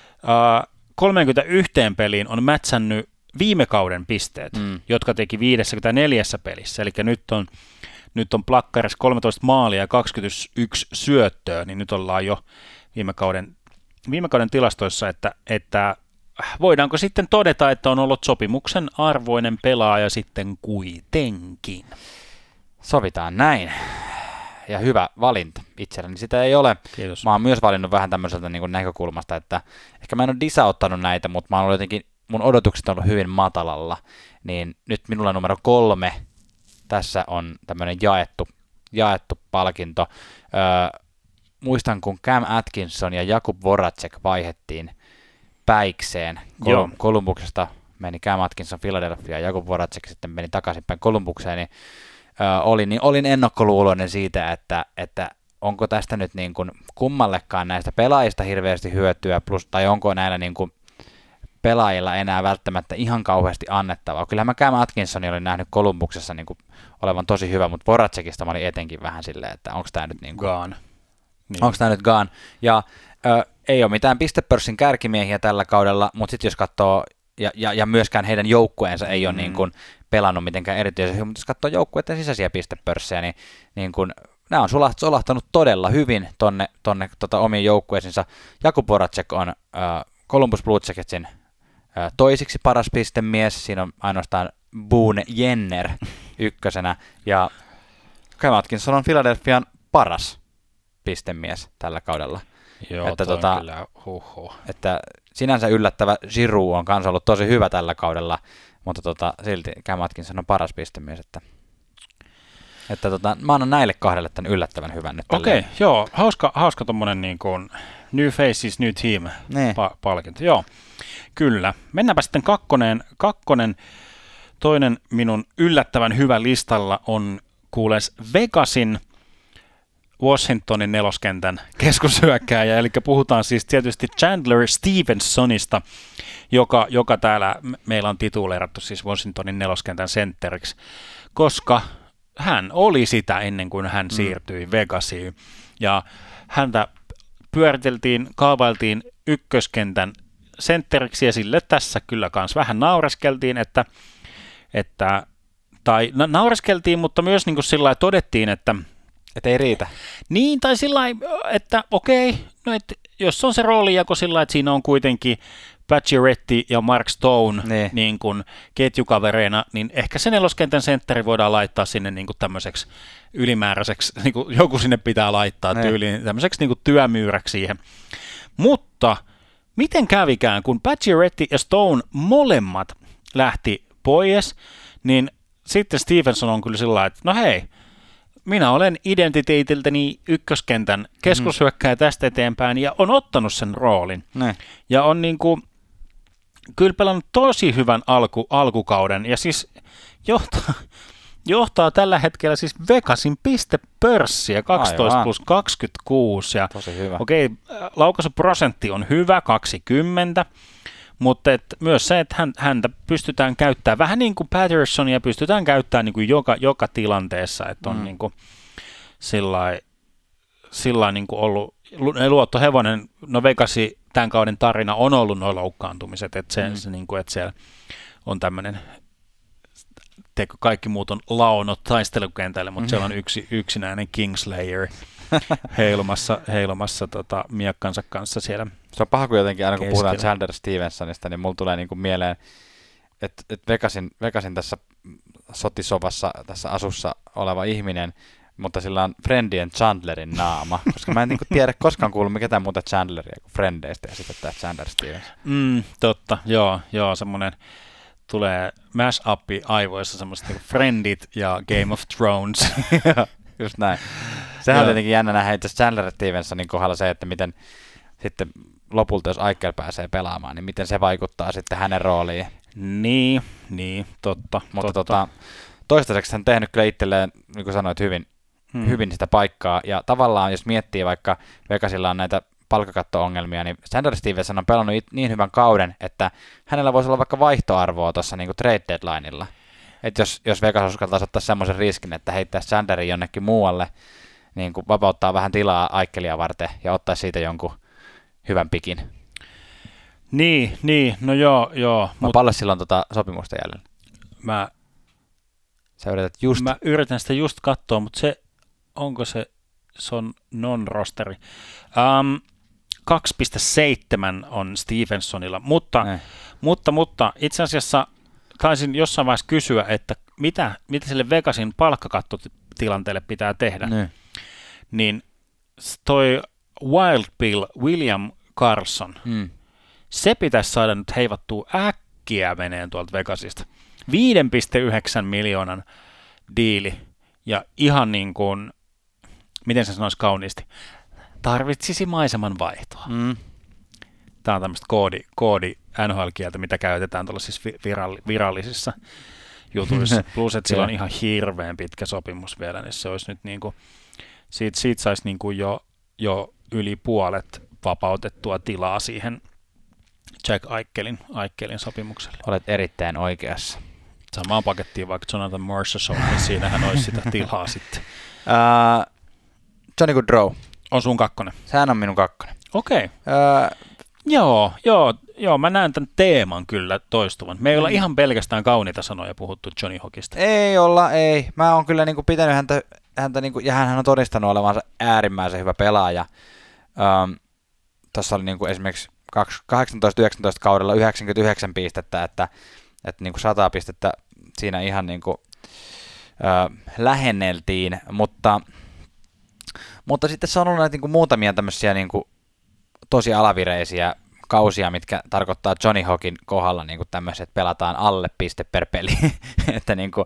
31 peliin on mätsännyt viime kauden pisteet, jotka teki 54 pelissä, eli nyt on plakkarissa 13 maalia ja 21 syöttöä, niin nyt ollaan jo viime kauden tilastoissa, että voidaanko sitten todeta, että on ollut sopimuksen arvoinen pelaaja sitten kuitenkin? Sovitaan näin. Ja hyvä valinta. Itselläni sitä ei ole. Kiitos. Mä oon myös valinnut vähän tämmöiseltä niin kuin näkökulmasta, että ehkä mä en ole disauttanut näitä, mutta mä oon ollut jotenkin, mun odotukset on ollut hyvin matalalla. Niin nyt minulla numero 3, tässä on tämmöinen jaettu palkinto. Muistan, kun Cam Atkinson ja Jakub Voracek vaihdettiin päikseen. Columbuksesta meni Cam Atkinson Philadelphia ja Jakub Voracek sitten meni takaisinpäin Columbukseen, niin olin ennakkoluuloinen siitä, että onko tästä nyt niin kuin kummallekaan näistä pelaajista hirveästi hyötyä, tai onko näillä niin kuin pelaajilla enää välttämättä ihan kauheasti annettavaa. Kyllähän mä Cam Atkinsonin olin nähnyt Columbuksessa niin kuin olevan tosi hyvä, mutta Voracekista mä olin etenkin vähän silleen, että onko tämä nyt niin kuin gone. Niin. Onko tämä nyt gone? Ja ei ole mitään pistepörssin kärkimiehiä tällä kaudella, mutta sitten jos katsoo, ja myöskään heidän joukkueensa ei ole niin kuin pelannut mitenkään erityisen hyvin, mutta jos katsoo joukkueiden sisäisiä pistepörssejä, niin kuin nämä on solahtanut todella hyvin tonne omiin joukkueisiinsa. Jakub Voracek on Columbus Blue Jacketsin toisiksi paras pistemies, siinä on ainoastaan Boone Jenner ykkösenä, ja Cam Atkinson on Philadelphian paras pistemies tällä kaudella. Joo, että, kyllä että sinänsä yllättävä Giroux on kanssa ollut tosi hyvä tällä kaudella, mutta silti Cam Atkinson on paras pistemies, että mä annan näille kahdelle tämän yllättävän hyvän nyt. Okei, joo, hauska tommonen niin kuin New Faces, New Team palkinto, joo, kyllä. Mennäänpä sitten kakkonen, toinen minun yllättävän hyvä listalla on kuules Vegasin Washingtonin neloskentän keskushyökkääjä, eli puhutaan siis tietysti Chandler Stevensonista, joka täällä meillä on tituleerattu siis Washingtonin neloskentän sentteriksi, koska hän oli sitä ennen kuin hän siirtyi Vegasiin, ja häntä kaavailtiin ykköskentän sentteriksi, ja sille tässä kyllä kans vähän naureskeltiin, naureskeltiin, mutta myös niin kuin sillä lailla todettiin, että ei riitä. Niin, tai sillä lailla, että okei, no et, jos on se roolijako sillä lailla, että siinä on kuitenkin Pacioretty ja Mark Stone niin kuin ketjukavereina, niin ehkä se neloskentän sentteri voidaan laittaa sinne niin kuin tämmöiseksi ylimääräiseksi, niin kuin joku sinne pitää laittaa tyyliin, tämmöiseksi niin kuin työmyyräksi siihen. Mutta miten kävikään, kun Pacioretty ja Stone molemmat lähti pois, niin sitten Stevenson on kyllä sillä lailla, että no hei, minä olen identiteetiltäni ykköskentän keskushyökkääjä tästä eteenpäin ja on ottanut sen roolin. Ja on niin kuin, kyllä pelannut tosi hyvän alkukauden ja siis johtaa tällä hetkellä siis Vegasin pistepörssiä 12 plus 26. Ja tosi hyvä. Okei, laukaisuprosentti on hyvä, 20, mutta myös se, että häntä pystytään käyttämään, vähän niin kuin Pattersonia pystytään käyttämään niin kuin joka tilanteessa, että on niin kuin sillai sillä niin kuin ollut luottohevonen, no Vegasi tämän kauden tarina on ollut nuo loukkaantumiset, että se niin kuin, että siellä on tämmöinen, kaikki muut on laonut taistelukentälle, mutta siellä on yksinäinen Kingslayer heilumassa miekkansa kanssa siellä. Se on paha, kun jotenkin aina kun puhutaan Chandler Stevensonista, niin mulla tulee niin kuin mieleen, että Vegasin tässä sotisovassa, tässä asussa oleva ihminen, mutta sillä on Friendien Chandlerin naama, koska mä en niinku tiedä koskaan kuullut ketään muuta Chandleria kuin Friendeistä ja sitten tämä Chandler Stevens. Totta, joo, semmoinen tulee mash-upi aivoissa, semmoiset niinku Friendit ja Game of Thrones. Just näin. Sehän on tietenkin jännä nähdä itse Chandler Stevensonin kohdalla se, että miten sitten lopulta, jos Aikel pääsee pelaamaan, niin miten se vaikuttaa sitten hänen rooliin. Niin, totta. Mutta toistaiseksi hän on tehnyt kyllä itselleen, niin kuin sanoit, hyvin sitä paikkaa, ja tavallaan jos miettii vaikka Vegasilla on näitä palkkakatto-ongelmia, niin Chandler Stevenson on pelannut niin hyvän kauden, että hänellä voisi olla vaikka vaihtoarvoa tuossa niin kuin trade deadlineilla. Että jos Vegas uskaltaisi ottaa semmoisen riskin, että heittää Chandlerin jonnekin muualle, niin kuin vapauttaa vähän tilaa Aikelia varten ja ottaa siitä jonkun hyvän pikin. Niin, no joo. Paljon silloin sopimusta jäljellä? Mä Mä yritän sitä just katsoa, mutta se on non-rosteri. 2,7 on Stevensonilla, mutta itse asiassa taisin jossain vaiheessa kysyä, että mitä sille Vegasin palkkakattotilanteelle pitää tehdä. Niin toi Wild Bill William Carlson, se pitäisi saada nyt heivattua äkkiä meneen tuolta Vegasista. 5,9 miljoonan diili ja ihan niin kuin, miten se sanoisi kauniisti, tarvitsisi maiseman vaihtoa. Tämä on tämmöistä koodi NHL-kieltä, mitä käytetään tuollaisissa virallisissa jutuissa. Plus, että sillä on ihan hirveän pitkä sopimus vielä, niin se olisi nyt niin kuin, siitä saisi niin kuin jo yli puolet vapautettua tilaa siihen Jack Aikelin sopimukselle. Olet erittäin oikeassa. Samaan pakettiin vaikka Jonathan Marchessault, niin siinähän olisi sitä tilaa sitten. Johnny Gaudreau. On sun kakkonen. Sehän on minun kakkonen. Okei. Joo, mä näen tämän teeman kyllä toistuvan. Me ei olla ihan pelkästään kauniita sanoja puhuttu Johnny Hawkista. Ei. Mä oon kyllä niinku pitänyt häntä niinku, ja hän on todistanut olevansa äärimmäisen hyvä pelaaja. Tuossa oli niinku esimerkiksi 18-19 kaudella 99 pistettä, että niinku 100 pistettä siinä ihan niinku, lähenneltiin, mutta sitten se on ollut näitä niinku muutamia tämmöisiä niinku tosi alavireisiä kausia, mitkä tarkoittaa Johnny Hawkin kohdalla niinku tämmöiset, että pelataan alle piste per peli. Että niinku,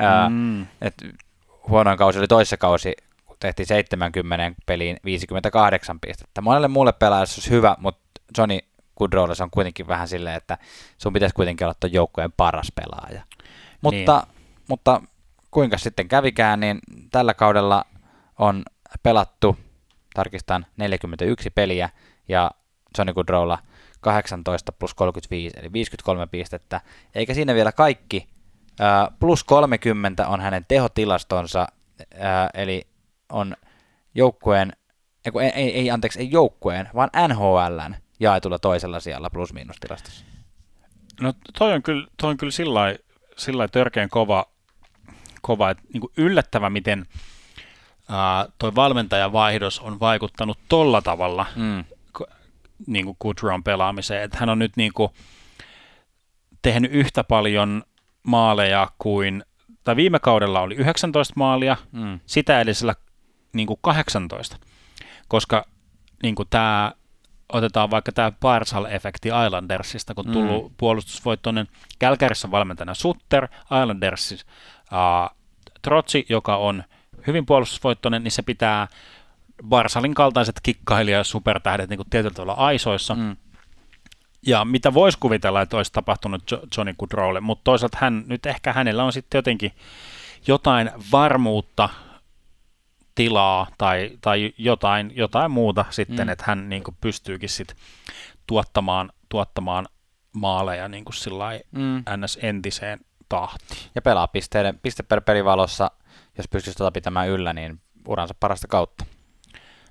huonoin kausi oli toisessa kausi, kun tehtiin 70 peliin 58 pistettä. Monelle muulle pelaajalle se olisi hyvä, mutta Johnny Gaudreaulla se on kuitenkin vähän silleen, että sun pitäisi kuitenkin olla tuon joukkueen paras pelaaja. Mutta kuinka sitten kävikään, niin tällä kaudella on pelattu, tarkistan, 41 peliä ja Johnny Gaudreaulla 18 plus 35, eli 53 pistettä. Eikä siinä vielä kaikki. Plus 30 on hänen tehotilastonsa, eli on joukkueen, ei joukkueen, vaan NHL:n jaetulla toisella sijalla plus-miinus-tilastossa. No toi on kyllä sillä törkeän kova että niin kuin yllättävä, miten toi valmentajavaihdos on vaikuttanut tolla tavalla niin kuin Gaudreaun pelaamiseen. Että hän on nyt niin kuin tehnyt yhtä paljon maaleja kuin, tai viime kaudella oli 19 maalia, sitä edellisellä niin kuin 18, koska niin kuin otetaan vaikka tämä Barzal-efekti Islandersista, kun tullut puolustusvoittoinen Calgaryssa valmentajana Sutter, Islandersissa Trotsi, joka on hyvin puolustusvoittoinen, niin se pitää Barzalin kaltaiset kikkailija- ja supertähdet niin kuin tietyllä tavalla aisoissa. Ja mitä voisi kuvitella, että olisi tapahtunut Johnny Gaudreaulle, mutta toisaalta hänellä on sitten jotenkin jotain varmuutta, tilaa tai jotain muuta sitten, että hän niin kuin pystyykin sitten tuottamaan maaleja niin kuin sillai NS-entiseen tahtiin. Ja pelaa piste per pelivalossa, jos pystyisi pitämään yllä, niin uransa parasta kautta.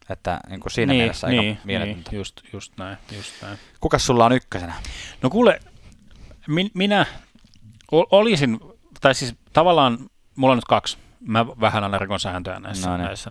Että niin kuin siinä mielessä aika mieletöntä. Just näin. Kukas sulla on ykkösenä? No kuule, minä olisin, tai siis tavallaan mulla on nyt 2. Mä vähän aina rikon sääntöjä näissä.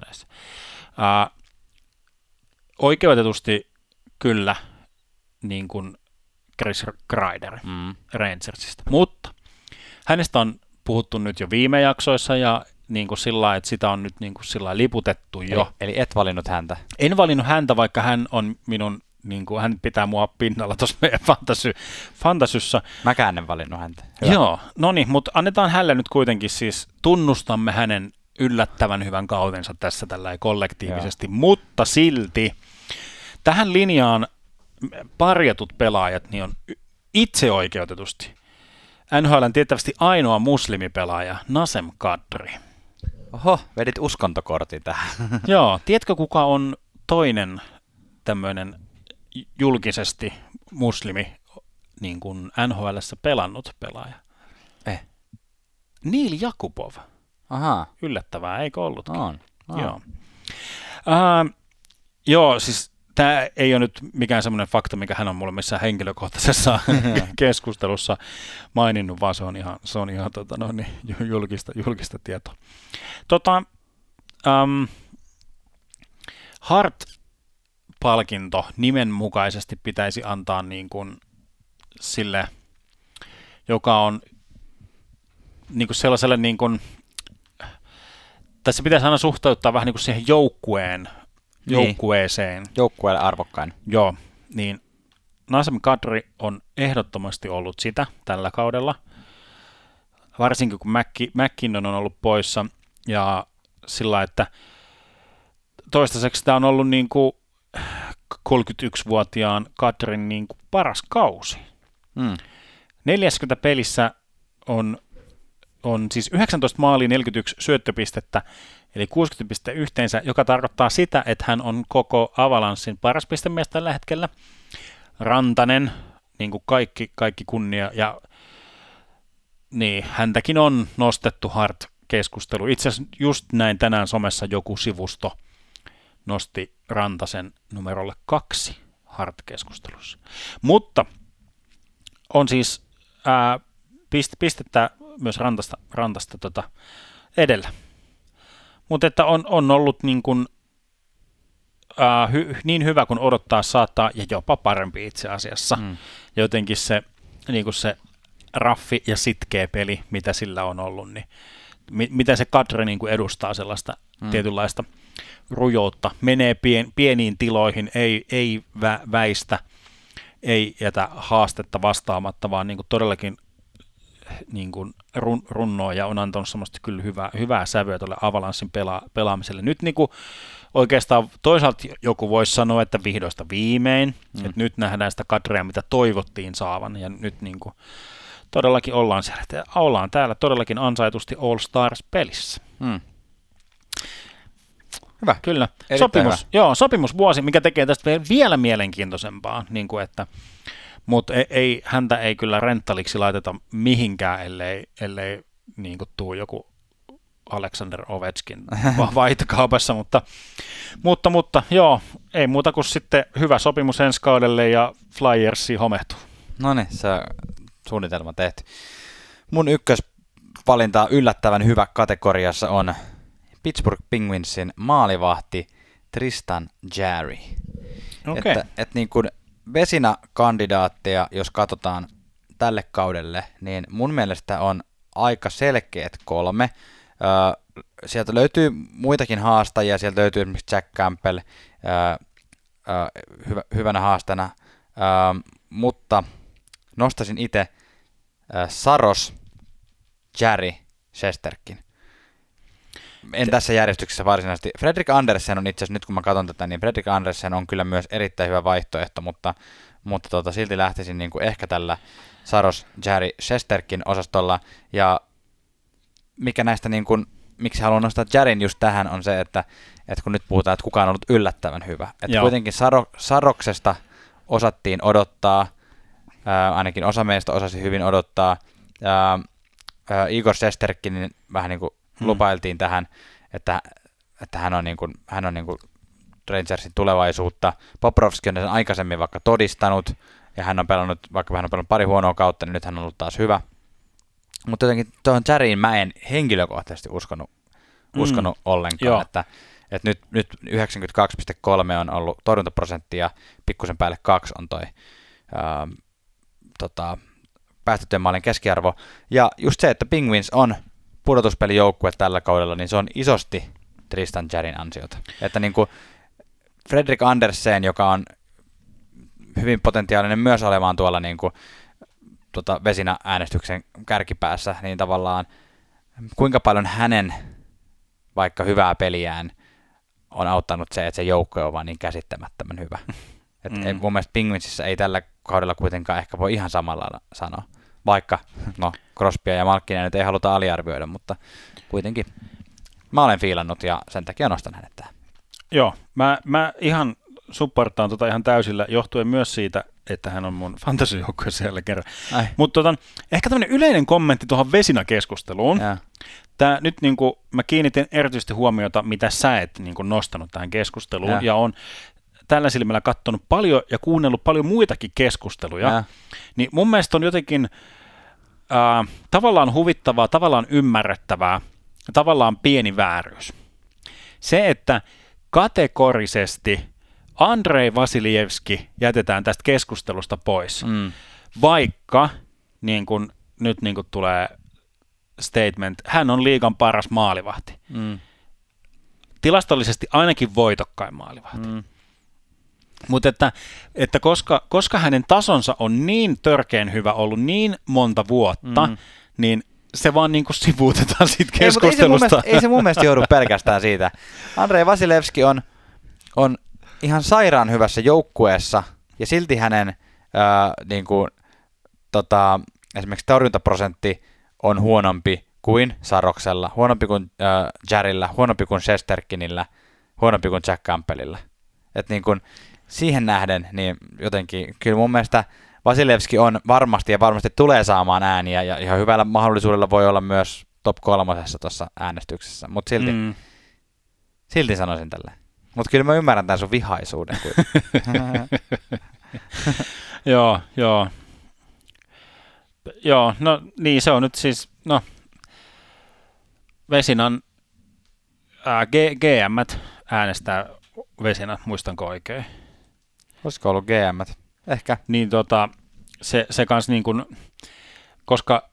Oikeutetusti kyllä niin kuin Chris Kreider Rangersista, mutta hänestä on puhuttu nyt jo viime jaksoissa ja niin kuin sillä, että sitä on nyt niin kuin sillä liputettu jo. Eli et valinnut häntä? En valinnut häntä, vaikka hän on minun, niin kuin, hän pitää mua pinnalla tuossa meidän fantasyssä. Mäkään en valinnut häntä. Hyvä. Joo, no niin, mutta annetaan hänelle nyt kuitenkin siis, tunnustamme hänen yllättävän hyvän kautensa tässä tällä kollektiivisesti, mutta silti tähän linjaan parjatut pelaajat niin on itseoikeutetusti NHL:n tiettävästi ainoa muslimipelaaja Nazem Kadri. Oho, vedit uskontokortin tähän. Joo, tiedätkö kuka on toinen tämmöinen julkisesti muslimi niin kuin NHL:ssä pelannut pelaaja? Neil Jakubov. Aha. Yllättävää, eikö ollutkin? On. Joo. Joo, siis tämä ei ole nyt mikään semmoinen fakta, mikä hän on mulle missään henkilökohtaisessa keskustelussa maininnut, vaan se on ihan julkista tietoa. Hart-palkinto nimenmukaisesti pitäisi antaa niin kuin sille, joka on niin kuin sellaiselle niin kuin, tässä pitäisi aina suhteuttaa vähän niin kuin siihen joukkueeseen. Joukkueelle arvokkain. Joo, niin Nazem Kadri on ehdottomasti ollut sitä tällä kaudella, varsinkin kun McKinnon on ollut poissa, ja sillä että toistaiseksi tämä on ollut niin kuin 31-vuotiaan Kadrin niin kuin paras kausi. 40 pelissä on siis 19 maalia, 41 syöttöpistettä, eli 60 pistettä yhteensä, joka tarkoittaa sitä, että hän on koko Avalanssin paras pistemies tällä hetkellä. Rantanen, niin kuin kaikki kunnia, ja niin, häntäkin on nostettu Hart-keskustelu. Itse asiassa just näin tänään somessa joku sivusto nosti Rantasen numerolle 2 Hart-keskustelussa. Mutta on siis pistettä myös Rantasta edellä. Mutta että on ollut niin, kuin, niin hyvä kuin odottaa saattaa, ja jopa parempi itse asiassa. Jotenkin se, niin kuin se raffi ja sitkeä peli, mitä sillä on ollut, niin miten se Kadri niin kuin edustaa sellaista tietynlaista rujoutta. Menee pieniin tiloihin, ei väistä, ei jätä haastetta vastaamatta, vaan niin kuin todellakin niin kuin runnoa ja on antanut semmoista kyllä hyvää sävyä tuolle Avalanssin pelaamiselle. Nyt niin kuin oikeastaan toisaalta joku voisi sanoa, että vihdoista viimein, että nyt nähdään sitä Kadria, mitä toivottiin saavan, ja nyt niin kuin todellakin ollaan täällä todellakin ansaitusti All Stars-pelissä. Hyvä. Kyllä. Sopimusvuosi, mikä tekee tästä vielä mielenkiintoisempaa, niin kuin että mutta häntä ei kyllä renttaliksi laiteta mihinkään, ellei niin kuin tuu joku Alexander Ovechkin vaihtokaupassa, mutta joo, ei muuta kuin sitten hyvä sopimus ensi kaudelle ja Flyersi homehtuu. No niin, se suunnitelma tehty. Mun ykkösvalinta yllättävän hyvä kategoriassa on Pittsburgh Penguinsin maalivahti Tristan Jarry. Okay. Että niin kuin Vesina-kandidaatteja, jos katsotaan tälle kaudelle, niin mun mielestä on aika selkeät 3. Sieltä löytyy muitakin haastajia, sieltä löytyy esimerkiksi Jack Campbell hyvänä haastana, mutta nostaisin itse Saros, Jari, Shesterkin. En tässä järjestyksessä varsinaisesti. Fredrik Andersen on itse asiassa, nyt kun mä katson tätä, niin Fredrik Andersen on kyllä myös erittäin hyvä vaihtoehto, mutta silti lähtisin niin kuin ehkä tällä Saros, Jari, Shesterkin osastolla. Ja mikä näistä, niin kuin, miksi haluan nostaa Jarin just tähän, on se, että kun nyt puhutaan, että kuka on ollut yllättävän hyvä. Että kuitenkin Saroksesta osattiin odottaa, ainakin osa meistä osasi hyvin odottaa. Igor Shesterkin niin vähän niin kuin lupailtiin tähän, että hän on niin kuin Rangersin tulevaisuutta. Bobrovski on sen aikaisemmin vaikka todistanut, ja hän on pelannut, vaikka hän on pelannut pari huonoa kautta, niin nyt hän on ollut taas hyvä. Mutta jotenkin tuohon Jarryin mä en henkilökohtaisesti uskonut ollenkaan, että nyt 92,3 on ollut torjuntaprosentti ja pikkusen päälle 2 on toi päästettyjen maalin keskiarvo. Ja just se, että Penguins on pudotuspelijoukkue tällä kaudella, niin se on isosti Tristan Jarryn ansiota. Että niin kuin Frederik Andersen, joka on hyvin potentiaalinen myös olemaan tuolla niin kuin, Vezina-äänestyksen kärkipäässä, niin tavallaan kuinka paljon hänen vaikka hyvää peliään on auttanut se, että se joukko on vaan niin käsittämättömän hyvä. Mun mielestä Penguinsissa ei tällä kaudella kuitenkaan ehkä voi ihan samalla sanoa, vaikka Crosbya ja Malkkinen nyt ei haluta aliarvioida, mutta kuitenkin mä olen fiilannut ja sen takia nostan hänet tähän. Joo, mä ihan supportaan ihan täysillä, johtuen myös siitä, että hän on mun fantasy-joukkueessa jälleen kerran. Mutta ehkä tämmöinen yleinen kommentti tuohon Vezina-keskusteluun. Tää nyt niinku, mä kiinnitin erityisesti huomiota, mitä sä et niinku nostanut tähän keskusteluun, ja on tällä silmällä katsonut paljon ja kuunnellut paljon muitakin keskusteluja, niin mun mielestä on jotenkin tavallaan huvittavaa, tavallaan ymmärrettävää, tavallaan pieni vääryys. Se, että kategorisesti Andrei Vasilevski jätetään tästä keskustelusta pois, vaikka niin kun, nyt niin kun tulee statement, hän on liigan paras maalivahti. Tilastollisesti ainakin voitokkain maalivahti. Mutta että koska hänen tasonsa on niin törkeän hyvä ollut niin monta vuotta, niin se vaan niin kuin sivuutetaan siitä keskustelusta. Ei se mun mielestä joudu pelkästään siitä. Andrei Vasilevski on ihan sairaan hyvässä joukkueessa, ja silti hänen esimerkiksi torjuntaprosentti on huonompi kuin Saroksella, huonompi kuin Jarryllä, huonompi kuin Shesterkinillä, huonompi kuin Jack Campbellillä. Että niin kuin siihen nähden, niin jotenkin kyllä mun mielestä Vasilevski on varmasti tulee saamaan ääniä, ja ihan hyvällä mahdollisuudella voi olla myös top 3 tuossa äänestyksessä, mutta silti sanoisin tälleen. Mutta kyllä mä ymmärrän tämän sun vihaisuuden. Joo, no niin se on nyt siis, Vesinan GM:t äänestää Vesinan, muistanko oikein? Olisiko ollut GM:t? Ehkä. Niin se kans niin kuin, koska,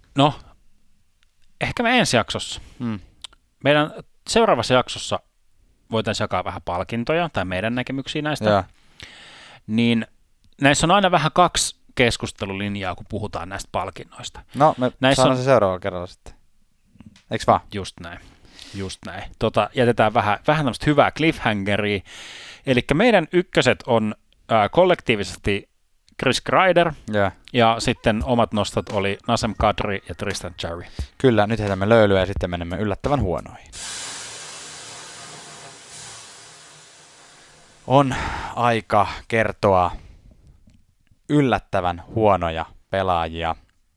ehkä me ensi jaksossa, meidän seuraavassa jaksossa voitaisiin jakaa vähän palkintoja tai meidän näkemyksiä näistä, niin näissä on aina vähän 2 keskustelulinjaa, kun puhutaan näistä palkinnoista. No, me saadaan se seuraavalla kerralla sitten. Eiks vaan? Just näin. Jätetään vähän tämmöistä hyvää cliffhangeria. Eli meidän ykköset on kollektiivisesti Chris Kreider, ja sitten omat nostot oli Nazem Kadri ja Tristan Jarry. Kyllä, nyt heitämme löylyä ja sitten menemme yllättävän huonoihin. On aika kertoa yllättävän huonoja pelaajia.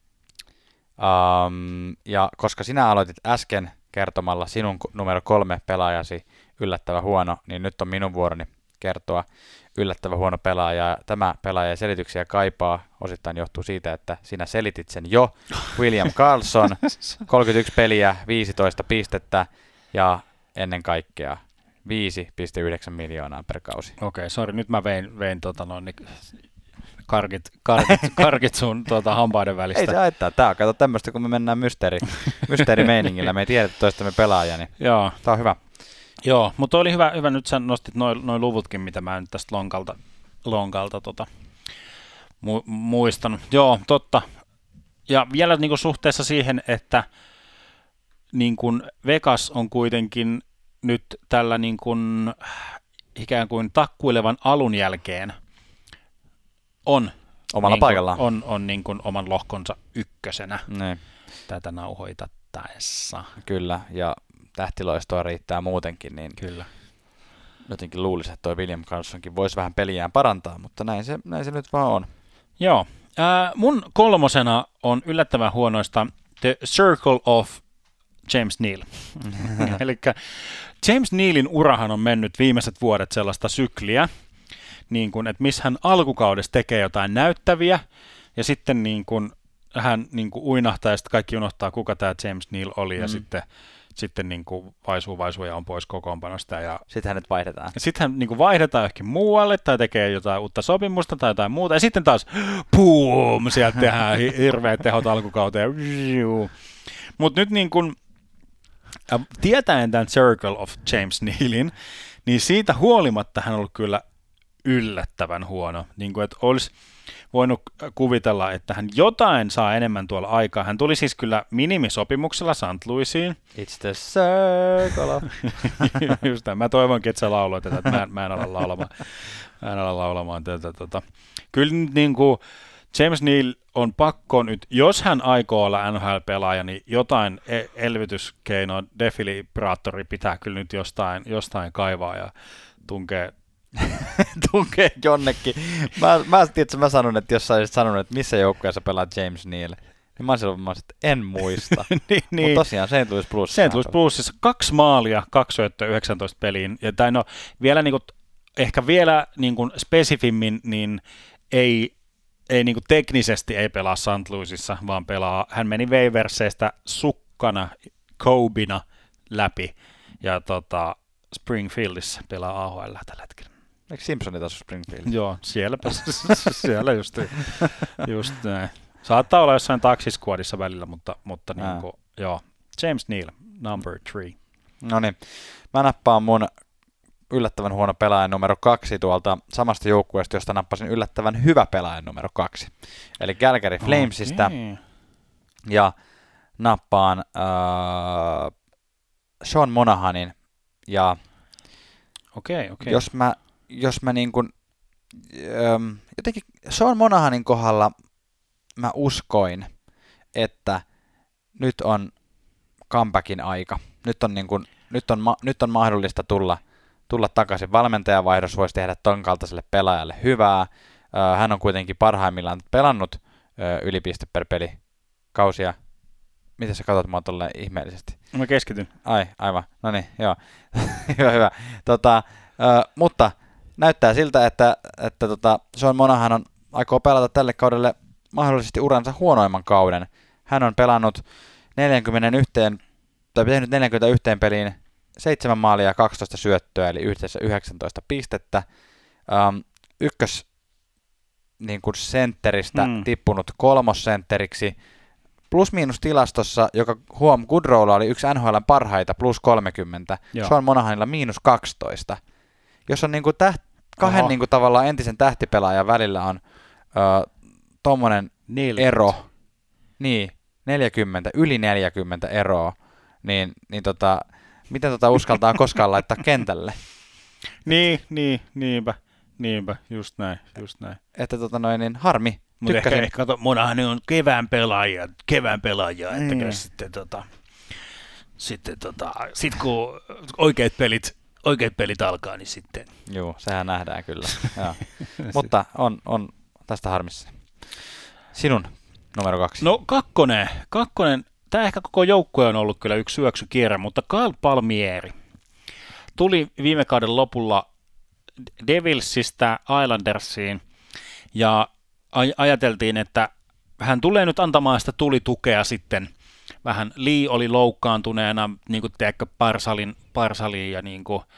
Ja koska sinä aloitit äsken kertomalla sinun numero 3 pelaajasi yllättävän huono, niin nyt on minun vuoroni kertoa yllättävän huono pelaaja. Tämä pelaaja selityksiä kaipaa, osittain johtuu siitä, että sinä selitit sen jo. William Karlsson, 31 peliä, 15 pistettä ja ennen kaikkea 5,9 miljoonaa per kausi. Okei, sori, nyt mä vein karkit sun hampaiden välistä. Ei se haittaa. Tää on, kato tämmöistä, kun me mennään mysteerimeiningillä. Me ei tiedetä toistamme pelaajia, niin joo. Tää on hyvä. Joo, mutta oli hyvä, nyt sä nostit noin luvutkin, mitä mä nyt tästä lonkalta muistanut. Joo, totta. Ja vielä niin kuin suhteessa siihen, että niin kuin Vegas on kuitenkin nyt tällä niin kuin ikään kuin takkuilevan alun jälkeen on omalla niin paikallaan. On niin kuin oman lohkonsa ykkösenä niin tätä nauhoitettaessa. Kyllä, ja tähtiloistoa riittää muutenkin, niin kyllä. Jotenkin luulisin, että toi William Karlssonkin voisi vähän peliään parantaa, mutta näin se nyt vaan on. Joo. Mun 3. on yllättävän huonoista The Circle of James Neal. Eli James Nealin urahan on mennyt viimeiset vuodet sellaista sykliä, niin kuin, että missä hän alkukaudessa tekee jotain näyttäviä, ja sitten niin kuin, hän niin kuin uinahtaa, ja sitten kaikki unohtaa, kuka tämä James Neal oli, ja sitten niin kuin vaisuu ja on pois kokoonpanosta. Ja sitten hänet vaihdetaan. Sitten hän niin kuin vaihdetaan johonkin muualle, tai tekee jotain uutta sopimusta, tai jotain muuta, ja sitten taas, boom, sieltä tehdään hirveät tehot alkukauteen. Mutta nyt niin kuin, tietäen tämän Circle of James Nealin, niin siitä huolimatta hän on ollut kyllä yllättävän huono. Niin kuin, että olisi voinut kuvitella, että hän jotain saa enemmän tuolla aikaa. Hän tuli siis kyllä minimisopimuksella St. Louisiin. It's the circle. Just näin. Mä toivonkin, että sä lauloit tätä, että mä en ala laulamaan tätä. Kyllä niin kuin James Neal on pakko nyt, jos hän aikoo olla NHL-pelaaja, niin jotain elvytyskeinoa, defilibraattori pitää kyllä nyt jostain kaivaa ja tunkee jonnekin. Mä sanon, että jos sä olisit sanonut, että missä joukkueessa pelaa James Neal, niin mä olisin ollut, että en muista. niin. Mutta tosiaan St. Louis Bluesissa. St. Louis Bluesissa 2 maalia, 2 syöttöä 19 peliin. Ja vielä niinku, ehkä vielä niinku spesifimmin, niin ei niinku teknisesti ei pelaa St. Louisissa, vaan hän meni waiverseistä sukkana, Kobina läpi. Ja Springfieldissa pelaa AHL tällä hetkellä. Eikö Simpsonit asu Springfield? Joo, siellä just näin. Saattaa olla jossain taksisquadissa välillä, mutta niin kuin, joo. James Neal, number 3. No niin, mä nappaan mun yllättävän huono pelaajan numero 2 tuolta samasta joukkueesta, josta nappasin yllättävän hyvä pelaajan numero 2. Eli Calgary Flamesista. Okay. Ja nappaan Sean Monahanin. Ja okay. Jos mä niin kuin, jotenkin Sean Monahanin kohdalla mä uskoin, että nyt on comebackin aika. Nyt on mahdollista tulla takaisin. Valmentajavaihdos voisi tehdä ton kaltaiselle pelaajalle hyvää. Hän on kuitenkin parhaimmillaan pelannut yli piste per peli kausia. Miten sä katsot mua tolleen ihmeellisesti? Mä keskityn. Aivan. No niin, joo. hyvä. Mutta näyttää siltä, että Sean Monahan aikoo pelata tälle kaudelle mahdollisesti uransa huonoimman kauden. Hän on pelannut tehnyt 41 peliin 7 maalia ja 12 syöttöä, eli yhteensä 19 pistettä. Niin kuin sentteristä tippunut kolmosentteriksi. Plus-miinus tilastossa, joka Goodrowlla oli yksi NHL:n parhaita, plus 30. Joo. Sean Monahanilla miinus 12. Jos on niin kuin kahden niin kuin tavallaan entisen tähtipelaajan välillä on tommonen 40. ero, niin yli 40 eroa, niin miten uskaltaa koskaan laittaa kentälle? Niinpä, just näin. Että niin harmi. Mutta ehkä kato, Monahan on kevään pelaaja, että sitten kun oikeat pelit alkaa, niin sitten. Joo, sehän nähdään kyllä. Mutta on tästä harmissa. Sinun numero 2. No kakkonen. Tämä ehkä koko joukkue on ollut kyllä yksi syöksykierre, mutta Kyle Palmieri tuli viime kauden lopulla Devilsistä Islandersiin ja ajateltiin, että hän tulee nyt antamaan sitä tulitukea sitten. Vähän Lee oli loukkaantuneena, niin kuin teekö Parsaliin ja niin kuin,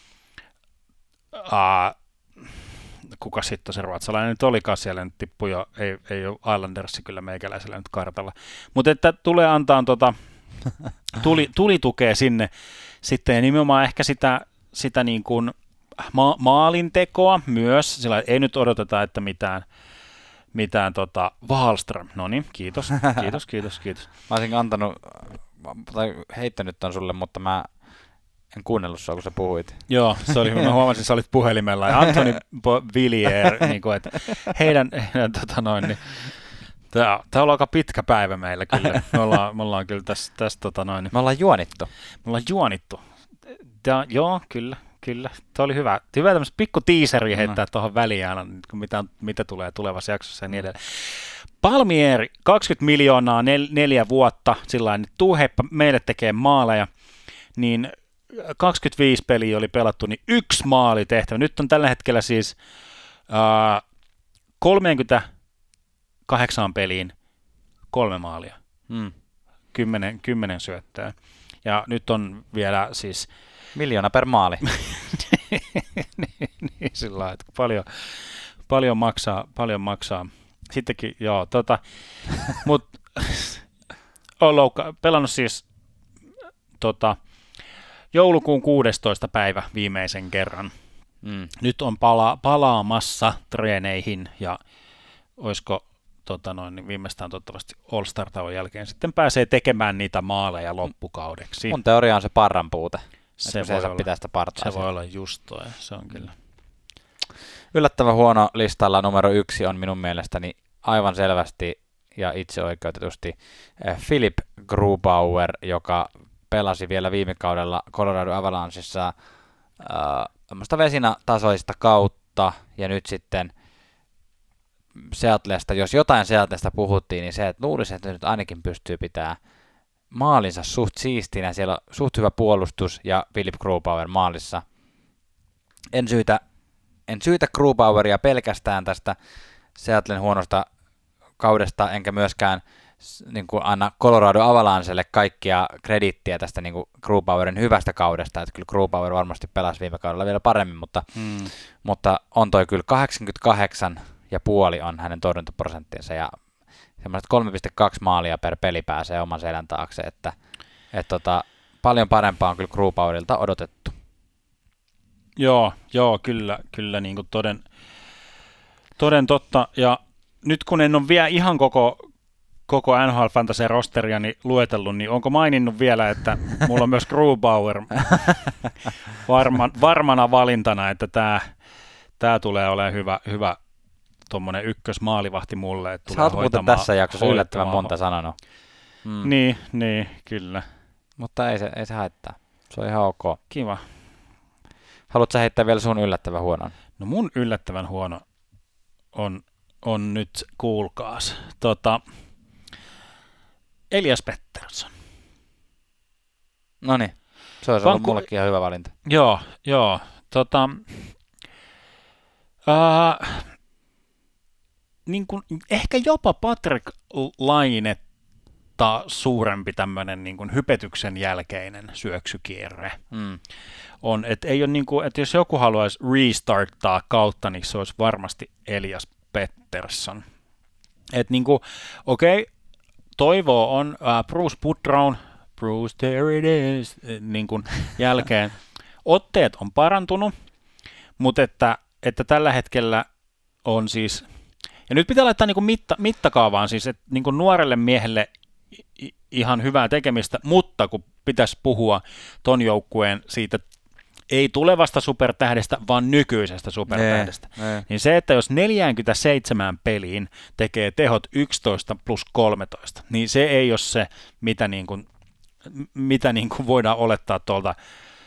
kuka sitten se ruotsalainen nyt olikaan siellä, nyt tippui jo, ei ole Islandersi kyllä meikäläisellä nyt kartalla. Mutta että tulee antaa tulitukea sinne sitten ja nimenomaan ehkä sitä niin kuin maalintekoa myös, sillä ei nyt odoteta, että mitään Wahlström. No niin, kiitos. Mä olisin heittänyt ton sulle, mutta mä en kuunnellut sua, kun sä puhuit. Joo, se oli, mä huomasin, että sä olit puhelimella. Ja Anthony Villiers, niin kuin, että heidän niin, tää on aika pitkä päivä meillä kyllä. Me ollaan kyllä tässä Me ollaan juonittu. Joo, kyllä. kyllä. Tuo oli hyvä. Hyvä tämmöistä pikku tiiseriä heittää tuohon väliin aina, mitä tulee tulevassa jaksossa ja niin edelleen. Palmieri, 20 miljoonaa, 4 vuotta, sillain, tuu heippa meille tekee maaleja, niin 25 peliä oli pelattu, niin 1 maali tehtävä. Nyt on tällä hetkellä siis 38 peliin 3 maalia. 10 syöttöä. Ja nyt on vielä siis... Miljoona per maali. niin sillä lailla, että paljon maksaa. Sittenkin, joo, mutta on pelannut siis joulukuun 16. päivä viimeisen kerran. Nyt on palaamassa treeneihin ja olisiko niin viimeistään toivottavasti All-Star-tauon jälkeen sitten pääsee tekemään niitä maaleja loppukaudeksi. Mun teoria on se parran puute. Se voi olla just toi, se on kyllä. Yllättävän huono listalla numero 1 on minun mielestäni aivan selvästi ja itseoikeutetusti Philip Grubauer, joka pelasi vielä viime kaudella Colorado Avalanchessa vesinatasoista kautta ja nyt sitten Seattlesta, jos jotain Seattlesta puhuttiin, niin se, että luulisi, että nyt ainakin pystyy pitämään maalinsa suht siistinä. Siellä on suht hyvä puolustus ja Philip Grubauer maalissa. En syytä Grubaueria pelkästään tästä Seattlen huonosta kaudesta, enkä myöskään niin kuin anna Colorado Avalanchelle kaikkia kredittiä tästä niin kuin Grubauerin hyvästä kaudesta, että kyllä Grubauer varmasti pelasi viime kaudella vielä paremmin, mutta on toi kyllä 88,5 on hänen torjuntaprosenttinsa ja semmoiset 3,2 maalia per peli pääsee oman selän taakse, että paljon parempaa on kyllä Grubauerilta odotettu. Joo, kyllä niin kuin toden totta, ja nyt kun en ole vielä ihan koko NHL Fantasy rosteriani luetellut, niin onko maininnut vielä, että mulla on myös Grubauer varmana valintana, että tämä tulee olemaan hyvä tuommoinen ykkösmaalivahti mulle. Että sä oot muuten tässä jaksossa yllättävän monta sanonut. Niin, kyllä. Mutta ei se haittaa. Se on ihan ok. Kiva. Haluatko sä heittää vielä sun yllättävän huonon? No mun yllättävän huono on nyt, kuulkaas, Elias Pettersson. Noniin, se olisi ollut mullekin ihan hyvä valinta. Joo, niin kuin ehkä jopa Patrick Lainetta suurempi tämmöinen niin kuin hypetyksen jälkeinen syöksykierre on, että ei ole niin kuin, että jos joku haluaisi restarttaa kautta, niin se olisi varmasti Elias Pettersson. Että niin kuin, okei, toivoa on Bruce Boudreau, Bruce there it is, niin kuin jälkeen. Otteet on parantunut, mutta että tällä hetkellä on siis, ja nyt pitää laittaa niin kuin mittakaavaan siis, että niin kuin nuorelle miehelle ihan hyvää tekemistä, mutta kun pitäisi puhua ton joukkueen siitä ei tulevasta supertähdestä, vaan nykyisestä supertähdestä, niin se, että jos 47 peliin tekee tehot 11+13, niin se ei ole se, mitä niin kuin voidaan olettaa tuolta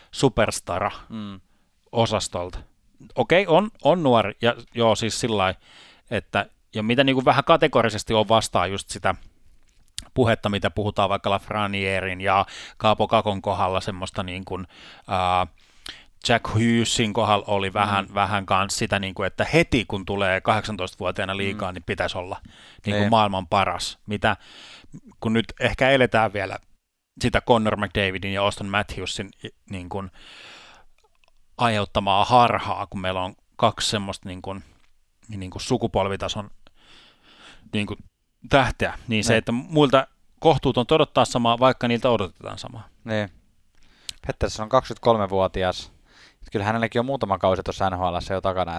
superstara-osastolta. Okei, on nuori, ja joo, siis sillä lailla, että, ja mitä niin kuin vähän kategorisesti on vastaan just sitä puhetta, mitä puhutaan vaikka Lafrenierin ja Kaapo Kakon kohdalla, semmoista niin kuin, Jack Hughesin kohdalla oli vähän kanssa sitä, niin kuin, että heti kun tulee 18-vuotiaana liigaan, niin pitäisi olla niin kuin maailman paras. Kun nyt ehkä eletään vielä sitä Connor McDavidin ja Auston Matthewsin niin kuin aiheuttamaa harhaa, kun meillä on kaksi semmoista niin kuin sukupolvitason niin kuin tähteä, niin se, että muilta kohtuuton odottaa samaa, vaikka niiltä odotetaan samaa. Niin. Pettersson on 23-vuotias. Kyllä hänelläkin on muutama kausi tuossa NHL:ssä jo takana,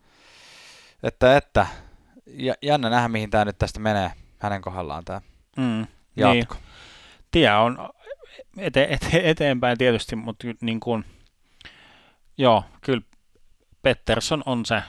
että jännä nähdä, mihin tämä nyt tästä menee hänen kohdallaan tämä jatko. Niin. Tie on eteenpäin tietysti, mutta niin kuin, joo, kyllä Pettersson on se.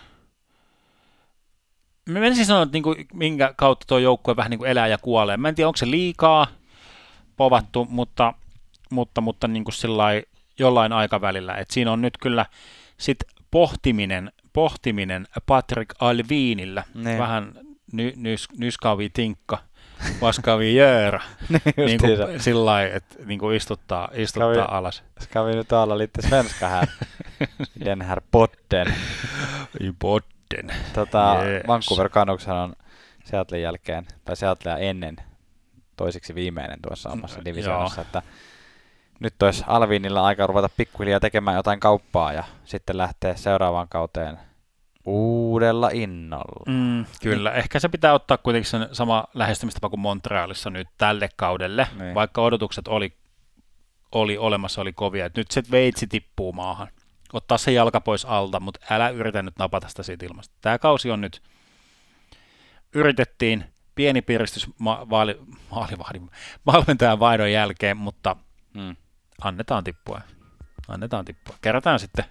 Mä menisin sanoa, että niin kuin, minkä kautta tuo joukkue vähän niin kuin elää ja kuolee. Mä en tiedä, onko se liikaa povattu, mutta niin kuin sillai, jollain aikavälillä. Et siinä on nyt kyllä sit pohtiminen Patrick Alvinillä, niin. vähän nyskaavi tinkka, vaskaavi jöörä, niin kuin sillä lailla, että niin kuin istuttaa alas. Ska vi nu tala lite svenska här? Den här podden. I podden. Yes. Vancouver Canuckshan on Seattlen jälkeen, tai Seattlea ennen toiseksi viimeinen tuossa omassa divisioonassa, että nyt olisi Alvinilla aika ruveta pikkuhiljaa tekemään jotain kauppaa ja sitten lähteä seuraavaan kauteen uudella innolla. Kyllä, ehkä se pitää ottaa kuitenkin sen sama lähestymistapa kuin Montrealissa nyt tälle kaudelle, niin. Vaikka odotukset oli olemassa, oli kovia. Et nyt se veitsi tippuu maahan. Ottaa se jalka pois alta, mutta älä yritä nyt napata sitä siitä ilmasta. Tämä kausi on nyt, yritettiin pieni piristys valmentajan vaihdon jälkeen, mutta annetaan tippua. Kerätään sitten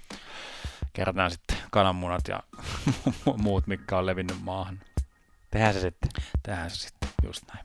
kananmunat ja muut, mitkä on levinnyt maahan. Tehdään se sitten, just näin.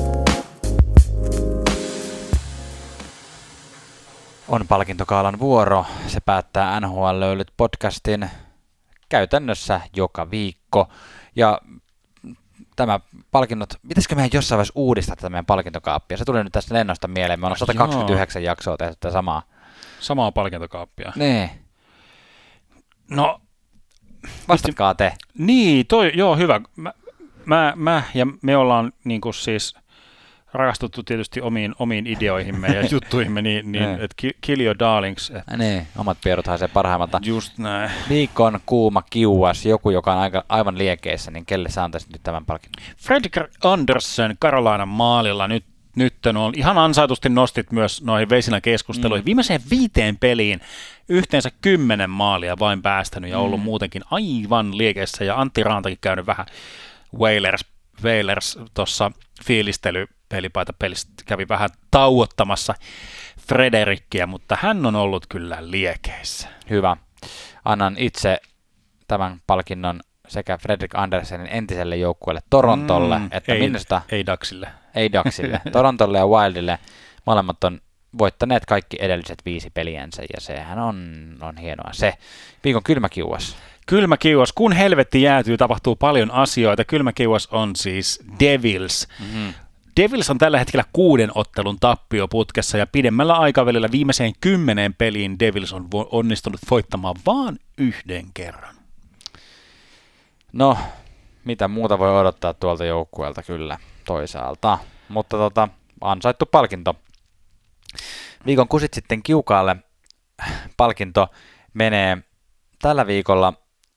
On palkintokaalan vuoro. Se päättää NHL-löylyt podcastin käytännössä joka viikko. Ja tämä palkinnot, pitäisikö meidän jossain vaiheessa uudistaa tätä meidän palkintokaappia? Se tuli nyt tästä lennosta mieleen. Me on 129 jaksoa tehty tätä samaa. Samaa palkintokaappia. Nee. No, vastatkaa te. Niin, hyvä. Mä ja me ollaan niin kuin siis rakastuttu tietysti omiin ideoihimme ja juttuihimme, niin että kill your darlings. Niin, omat pierut haisee parhaimmalta. Just näin. Viikon kuuma kiuas, joku, joka on aivan liekeissä, niin kelle sä antaisit nyt tämän palkinnon? Frederik Andersen Carolinan maalilla nyt on ihan ansaitusti nostit myös noihin Veisilän keskusteluihin. Viimeiseen 5 peliin yhteensä 10 maalia vain päästänyt ja ollut muutenkin aivan liekeissä. Ja Antti Raantakin käynyt vähän Whalers tuossa fiilistelypelipaitapelissä kävi vähän tauottamassa Frederikkiä, mutta hän on ollut kyllä liekeissä. Hyvä. Annan itse tämän palkinnon sekä Frederik Andersenin entiselle joukkueelle Torontolle, että Ei Ducksille. Torontolle ja Wildille. Molemmat on voittaneet kaikki edelliset 5 peliänsä, ja sehän on hienoa. Se viikon kylmäkiuas. Kylmäkiuas. Kun helvetti jäätyy, tapahtuu paljon asioita. Kylmäkiuas on siis Devils. Mm-hmm. Devils on tällä hetkellä 6 ottelun tappioputkessa, ja pidemmällä aikavälillä viimeiseen 10 peliin Devils on onnistunut voittamaan vaan 1 kerran. No, mitä muuta voi odottaa tuolta joukkueelta kyllä toisaalta, mutta ansaittu palkinto. Viikon kusit sitten kiukaalle palkinto menee tällä viikolla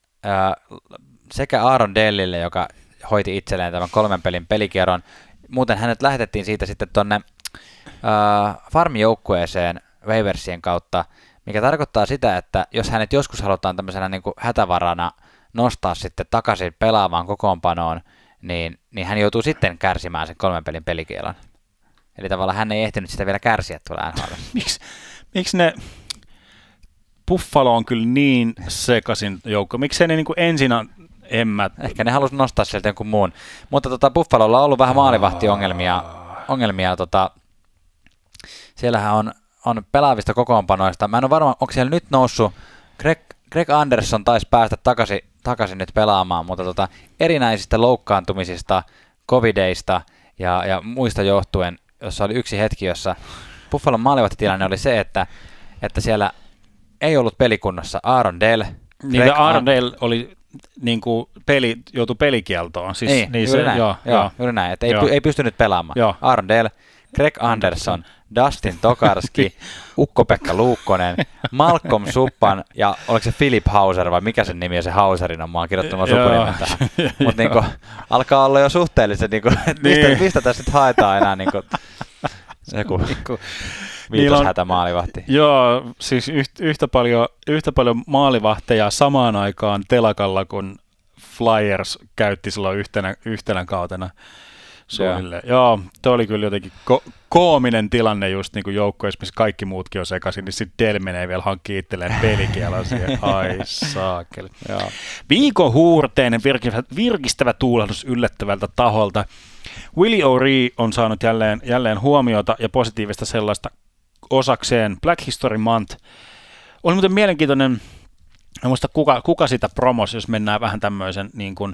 sekä Aaron Dellille, joka hoiti itselleen tämän 3 pelin pelikierron. Muuten hänet lähetettiin siitä sitten tuonne farmijoukkueeseen waiversien kautta, mikä tarkoittaa sitä, että jos hänet joskus halutaan tämmöisenä niin kuin hätävarana nostaa sitten takaisin pelaavaan kokoonpanoon, niin hän joutuu sitten kärsimään sen 3 pelin pelikielon. Eli tavallaan hän ei ehtinyt sitä vielä kärsiä tuolla NHL. Miksi ne Buffalo on kyllä niin sekaisin joukko? Miksei ne niinku ensin Ehkä ne halusi nostaa sieltä jonkun muun. Mutta Buffalolla on ollut vähän maalivahtiongelmia. Siellähän on pelaavista kokoonpanoista. Mä en ole varma, onko siellä nyt noussut Greg Anderson taisi päästä takaisin nyt pelaamaan, mutta erinäisistä loukkaantumisista, covideista ja muista johtuen, jossa oli yksi hetki, jossa Buffalon maalivahtitilanne oli se, että siellä ei ollut pelikunnossa Aaron Dell. Niin Aaron Dell oli joutui pelikieltoon. Siis, juuri näin, että ei pystynyt pelaamaan. Joo. Aaron Dell, Greg Anderson, Dustin Tokarski, Ukko-Pekka Luukkonen, Malcolm Suppan ja oliko se Philip Hauser vai mikä sen nimi on se Hauserin on, mä oon kirjoittanut sukunimen tähän. Mutta alkaa olla jo suhteellisen, mistä tässä nyt haetaan enää joku viitoshätämaalivahti. Joo, siis yhtä paljon maalivahteja samaan aikaan telakalla, kun Flyers käytti silloin yhtenä kautena. Joo, toi oli kyllä jotenkin koominen tilanne just niin kuin joukkueessa, missä kaikki muutkin on sekaisin, niin sitten Dell menee vielä hankkimaan itselleen pelikielon siihen. Ai saakeli. Viikon huurteinen virkistävä tuulahdus yllättävältä taholta. Willie O'Ree on saanut jälleen huomiota ja positiivista sellaista osakseen Black History Month. Oli muuten mielenkiintoinen, en muista kuka sitä promosi, jos mennään vähän tämmöisen niin kuin,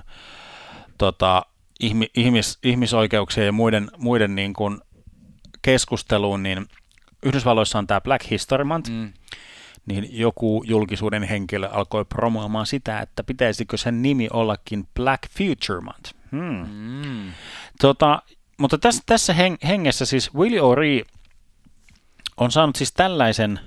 ihmisoikeuksien ja muiden niin kuin keskusteluun, niin Yhdysvalloissa on tämä Black History Month, niin joku julkisuuden henkilö alkoi promoamaan sitä, että pitäisikö sen nimi ollakin Black Future Month. Mutta tässä hengessä siis Willie O'Ree on saanut siis tällaisen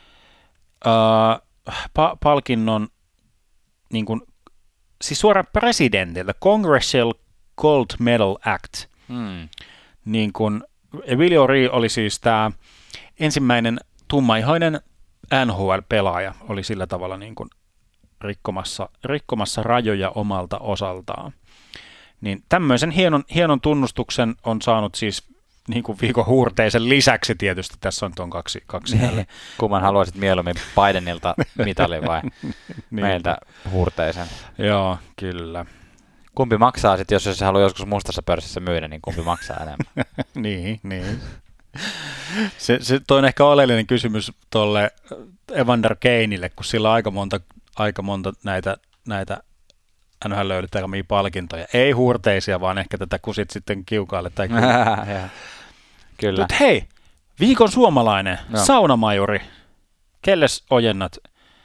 palkinnon niin kuin, siis suoraan presidentiltä, Congressional Gold Medal Act. Niin kuin, Willie O'Ree oli siis tämä ensimmäinen tummaihoinen NHL-pelaaja, oli sillä tavalla niin kuin rikkomassa rajoja omalta osaltaan. Niin tämmöisen hienon tunnustuksen on saanut siis niin kuin viikon huurteisen lisäksi tietysti. Tässä on tuon kaksi jälleen. Kumman haluaisit mieluummin, Bidenilta mitalin vai meiltä huurteisen? Joo, kyllä. Kumpi maksaa sitten, jos se haluaa joskus mustassa pörssissä myydä, niin kumpi maksaa enemmän? niin. Se on ehkä oleellinen kysymys tuolle Evander Kaneille, kun sillä on aika monta näitä NHL-löydettäviä palkintoja. Ei huurteisia, vaan ehkä tätä kusit sitten kiukaalle. Tai kyllä. Mutta hei, viikon suomalainen, saunamajuri. Kelles ojennat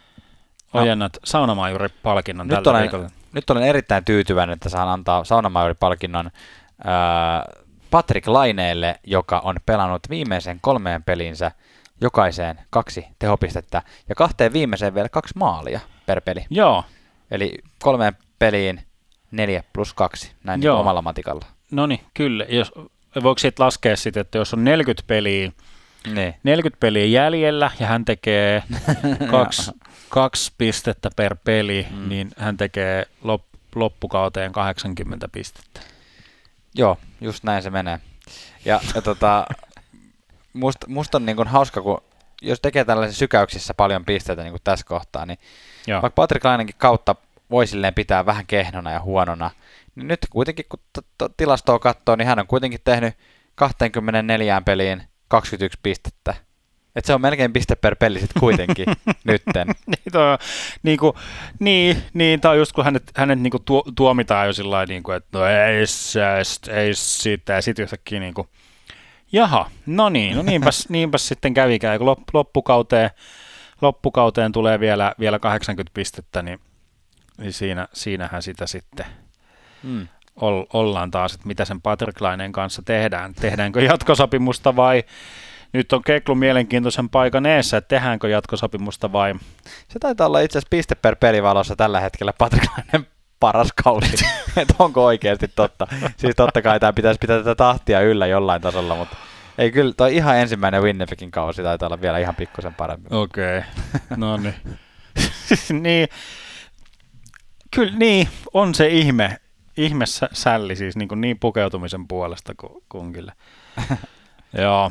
saunamajuri-palkinnon tällä viikolla? Nyt olen erittäin tyytyväinen, että saan antaa saunamajuri-palkinnon Patrick Laineelle, joka on pelannut viimeisen 3 pelinsä jokaiseen 2 tehopistettä ja 2 viimeiseen vielä 2 maalia per peli. Joo. Eli 3 peliin 4+2, näin niin omalla matikalla. No niin, kyllä. Voiko siitä laskea sitten, että jos on 40 peliä jäljellä ja hän tekee 2 pistettä per peli, niin hän tekee loppukauteen 80 pistettä. Joo, just näin se menee. Ja musta on niin kuin hauska, kun jos tekee tällaisissa sykäyksissä paljon pisteitä niin kuin tässä kohtaa, niin vaikka Patrick Lainenkin kautta voi silleen pitää vähän kehnona ja huonona, niin nyt kuitenkin kun tilastoa katsoo, niin hän on kuitenkin tehnyt 24 peliin 21 pistettä. Että se on melkein piste per peli sitten kuitenkin nytten. Niin, tämä on just kun hänet niinku tuomitaan jo sillä lailla, niinku, että no ei sitä, ja sitten yhtäkkiä niinku, jaha, no niinpäs sitten kävikään, kun loppukauteen tulee vielä 80 pistettä, niin siinähän sitä sitten ollaan taas, että mitä sen Patrick Laineen kanssa tehdään. Tehdäänkö jatkosopimusta vai nyt on Keklu mielenkiintoisen paikan eessä, että tehdäänkö jatkosopimusta vai? Se taitaa olla itse asiassa piste per pelivalossa tällä hetkellä Patrick Laineen paras kausi, että onko oikeasti totta. Siis totta kai tämä pitäisi pitää tätä tahtia yllä jollain tasolla, mutta ei kyllä, toi ihan ensimmäinen Winnipegin kausi taitaa olla vielä ihan pikkusen paremmin. Okei, no niin. Kyllä niin, on se ihme sälli siis niin pukeutumisen puolesta kuin kyllä. Joo.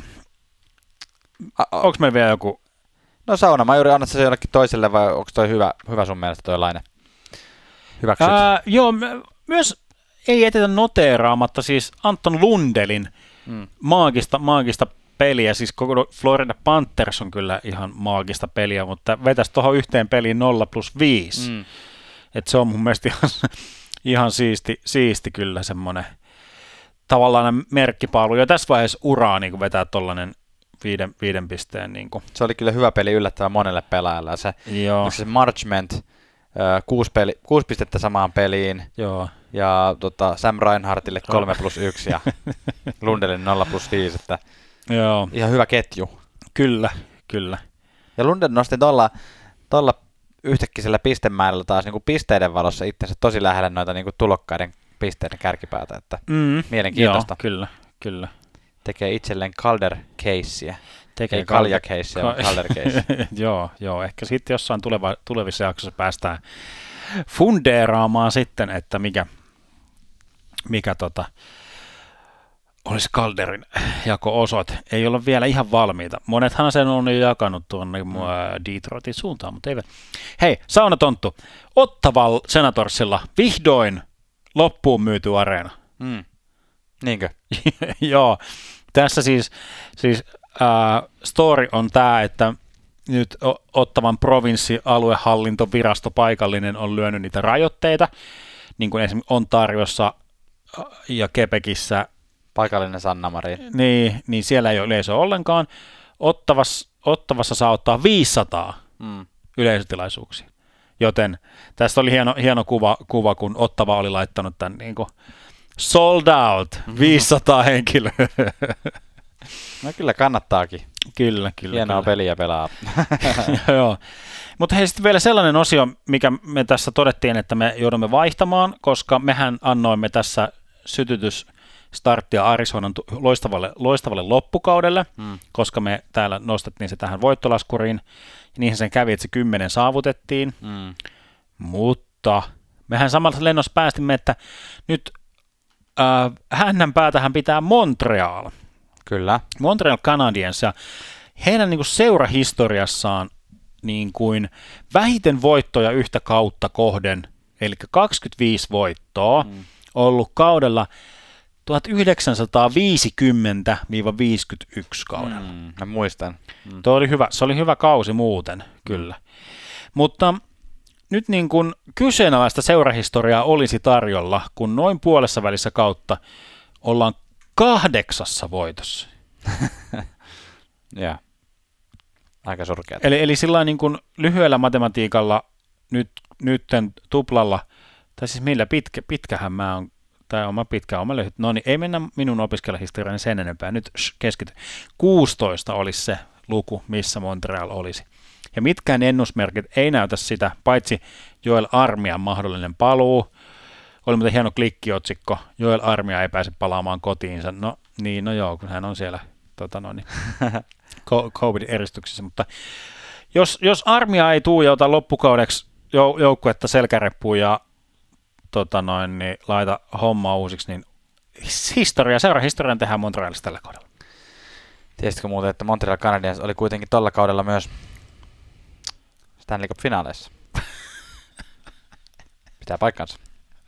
Onko meillä vielä joku? No saunamajuri, annat se jollekin toiselle vai onko toi hyvä sun mielestä toi Laine? Hyväksyt? Joo, myös ei jätetä noteeraamatta siis Anton Lundelin maagista peliä, siis koko Florida Panthers on kyllä ihan maagista peliä, mutta vetäisi tuohon yhteen peliin 0+5. Että se on mun mielestä ihan siisti kyllä semmoinen tavallaan merkkipaalu. Ja tässä vaiheessa uraa niin vetää tollainen 5 pisteen. Niin kuin. Se oli kyllä hyvä peli yllättävän monelle pelaajalle. Se Marchment 6 pistettä samaan peliin. Joo. Ja Sam Reinhardtille 3+1 ja Lundelin 0+5. Että joo. Ihan hyvä ketju. Kyllä. Ja Lundell nosti tuolla yhtäkkiä pistemäärällä taas niin kuin pisteiden valossa itsensä tosi lähelle noita niin kuin tulokkaiden pisteiden kärkipäätä. Että mielenkiintoista. Joo, kyllä. Tekee itselleen Calder-keissiä. Tekee kalja-keissiä, vaan Calder-keissiä. Joo, ehkä sitten jossain tulevissa jaksossa päästään fundeeraamaan sitten, että mikä olisi Calderin jako-osoite. Ei olla vielä ihan valmiita. Monethan sen on jo jakanut tuonne Detroitin suuntaan, mutta eivät. Hei, Saunatonttu. Ottaval Senatorsilla vihdoin loppuun myyty areena. Niinkö? Joo. Tässä siis story on tämä, että nyt Ottavan provinssialuehallintovirasto paikallinen on lyönyt niitä rajoitteita, niin kuin esimerkiksi Ontariossa ja Quebecissä. Paikallinen Sanna Marin. Niin siellä ei ole yleisöä ollenkaan. Ottavassa saa ottaa 500 yleisötilaisuuksia. Joten tästä oli hieno kuva, kun Ottava oli laittanut tämän niin kuin sold out, 500 henkilöä. No kyllä kannattaakin. Kyllä. Hienoa peliä pelaa. Joo. Mutta hei, sitten vielä sellainen osio, mikä me tässä todettiin, että me joudumme vaihtamaan, koska mehän annoimme tässä sytytysstarttia Arizonan loistavalle loppukaudelle, koska me täällä nostettiin se tähän voittolaskuriin. Niinhän sen kävi, että se 10 saavutettiin, mutta mehän samalla lennossa päästimme, että nyt hännän päätähän pitää Montreal. Kyllä. Montreal Canadiens, ja heidän niin kuin seurahistoriassaan niin kuin vähiten voittoja yhtä kautta kohden, eli 25 voittoa, ollut kaudella 1950-51 kaudella. Mä muistan. Se oli hyvä kausi muuten, kyllä. Mutta nyt niin kuin kyseenalaista seurahistoriaa olisi tarjolla, kun noin puolessa välissä kautta ollaan 8 voitossa. Joo. Aika surkeata. Eli sillä niin kuin lyhyellä matematiikalla nytten tuplalla, tai siis millä pitkähän mä oon, tai oma lyhyt, no niin ei mennä minun opiskelijahistoriani sen enempää, nyt keskity. 16 olisi se luku, missä Montreal olisi. Ja mitkään ennusmerkit ei näytä sitä, paitsi Joel Armian mahdollinen paluu. Oli muuten hieno klikkiotsikko, Joel Armia ei pääse palaamaan kotiinsa. No kun hän on siellä COVID-eristyksessä, mutta jos Armia ei tuijauta loppukaudeksi joukkuetta selkäreppuun ja niin laita homma uusiksi, niin seurahistorian tehdään Montrealissa tällä kaudella. Tiesitkö muuten, että Montreal Canadiens oli kuitenkin tällä kaudella myös Stanley Cup-finaaleissa? Pitää paikkansa.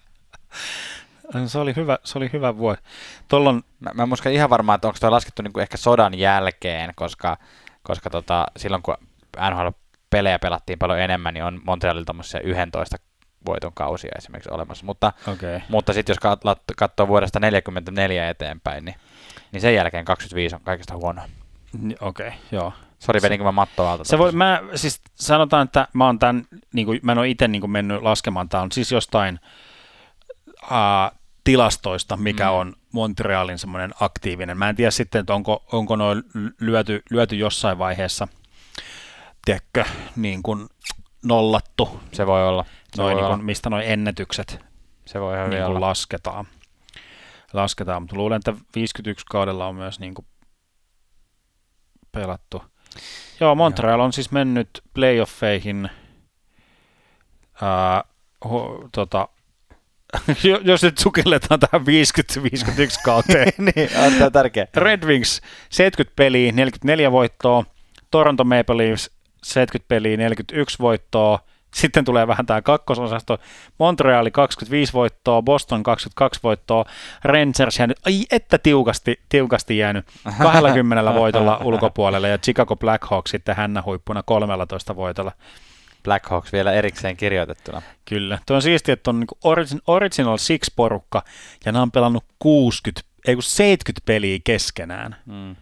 Se oli hyvä vuosi. Mä en muista ihan varmaan, että onko toi laskettu niin kuin ehkä sodan jälkeen, koska silloin kun NHL-pelejä pelattiin paljon enemmän, niin on Montrealilla tommosia 11 voiton kausia esimerkiksi olemassa. Mutta sitten jos katsoo vuodesta 44 eteenpäin, niin sen jälkeen 25 on kaikista huonoa. Okei, joo. Sori, vedinkö mä mattoa alta? Siis sanotaan, että mä en ole itse niin kuin mennyt laskemaan, tämä on siis jostain tilastoista, mikä on Montrealin semmoinen aktiivinen. Mä en tiedä sitten, että onko noin lyöty jossain vaiheessa, tiedätkö, niin kuin nollattu. Se voi olla. Mistä nuo ennätykset se voi niin olla. Lasketaan, mutta luulen, että 51 kaudella on myös niin kuin pelattu. Joo, Montreal on siis mennyt playoffeihin jos nyt sukelletaan tähän 50-51 kauteen. Niin, on tämä tärkeä. Red Wings 70 peliä, 44 voittoa. Toronto Maple Leafs 70 peliä, 41 voittoa. Sitten tulee vähän tämä kakkososasto. Montreal 25 voittoa, Boston 22 voittoa, Rangers jäänyt, tiukasti jäänyt 20 voitolla ulkopuolelle ja Chicago Blackhawks sitten hännähuippuna 13 voitolla. Blackhawks vielä erikseen kirjoitettuna. Kyllä. Tuo on siistiä, että on niin Original Six-porukka ja ne on pelannut 70 peliä keskenään.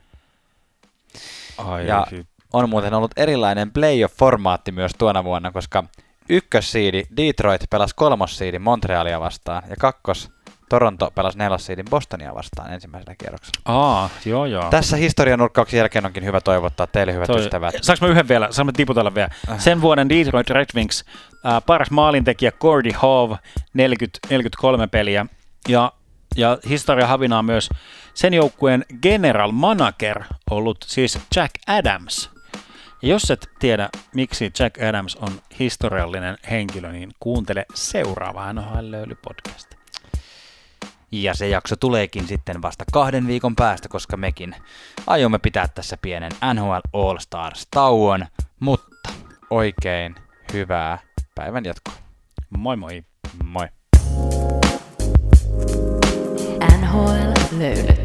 Ja on muuten ollut erilainen playoff-formaatti myös tuona vuonna, koska ykkössiidi Detroit pelasi kolmossiidin Montrealia vastaan ja Toronto pelasi nelossiidin Bostonia vastaan ensimmäisellä kierroksella. Joo. Tässä historianurkkauksen jälkeen onkin hyvä toivottaa teille hyvät ystävät. Saanko mä yhden vielä? Saanko tiputella vielä? Sen vuoden Detroit Red Wings paras maalintekijä Gordie Howe, 43 peliä. Ja historia havinaa myös sen joukkueen general manager ollut siis Jack Adams. Ja jos et tiedä, miksi Jack Adams on historiallinen henkilö, niin kuuntele seuraava NHL-löyly-podcast. Ja se jakso tuleekin sitten vasta 2 viikon päästä, koska mekin aiomme pitää tässä pienen NHL All-Stars-tauon, mutta oikein hyvää päivän jatkoa. Moi moi. Moi. NHL-löyly.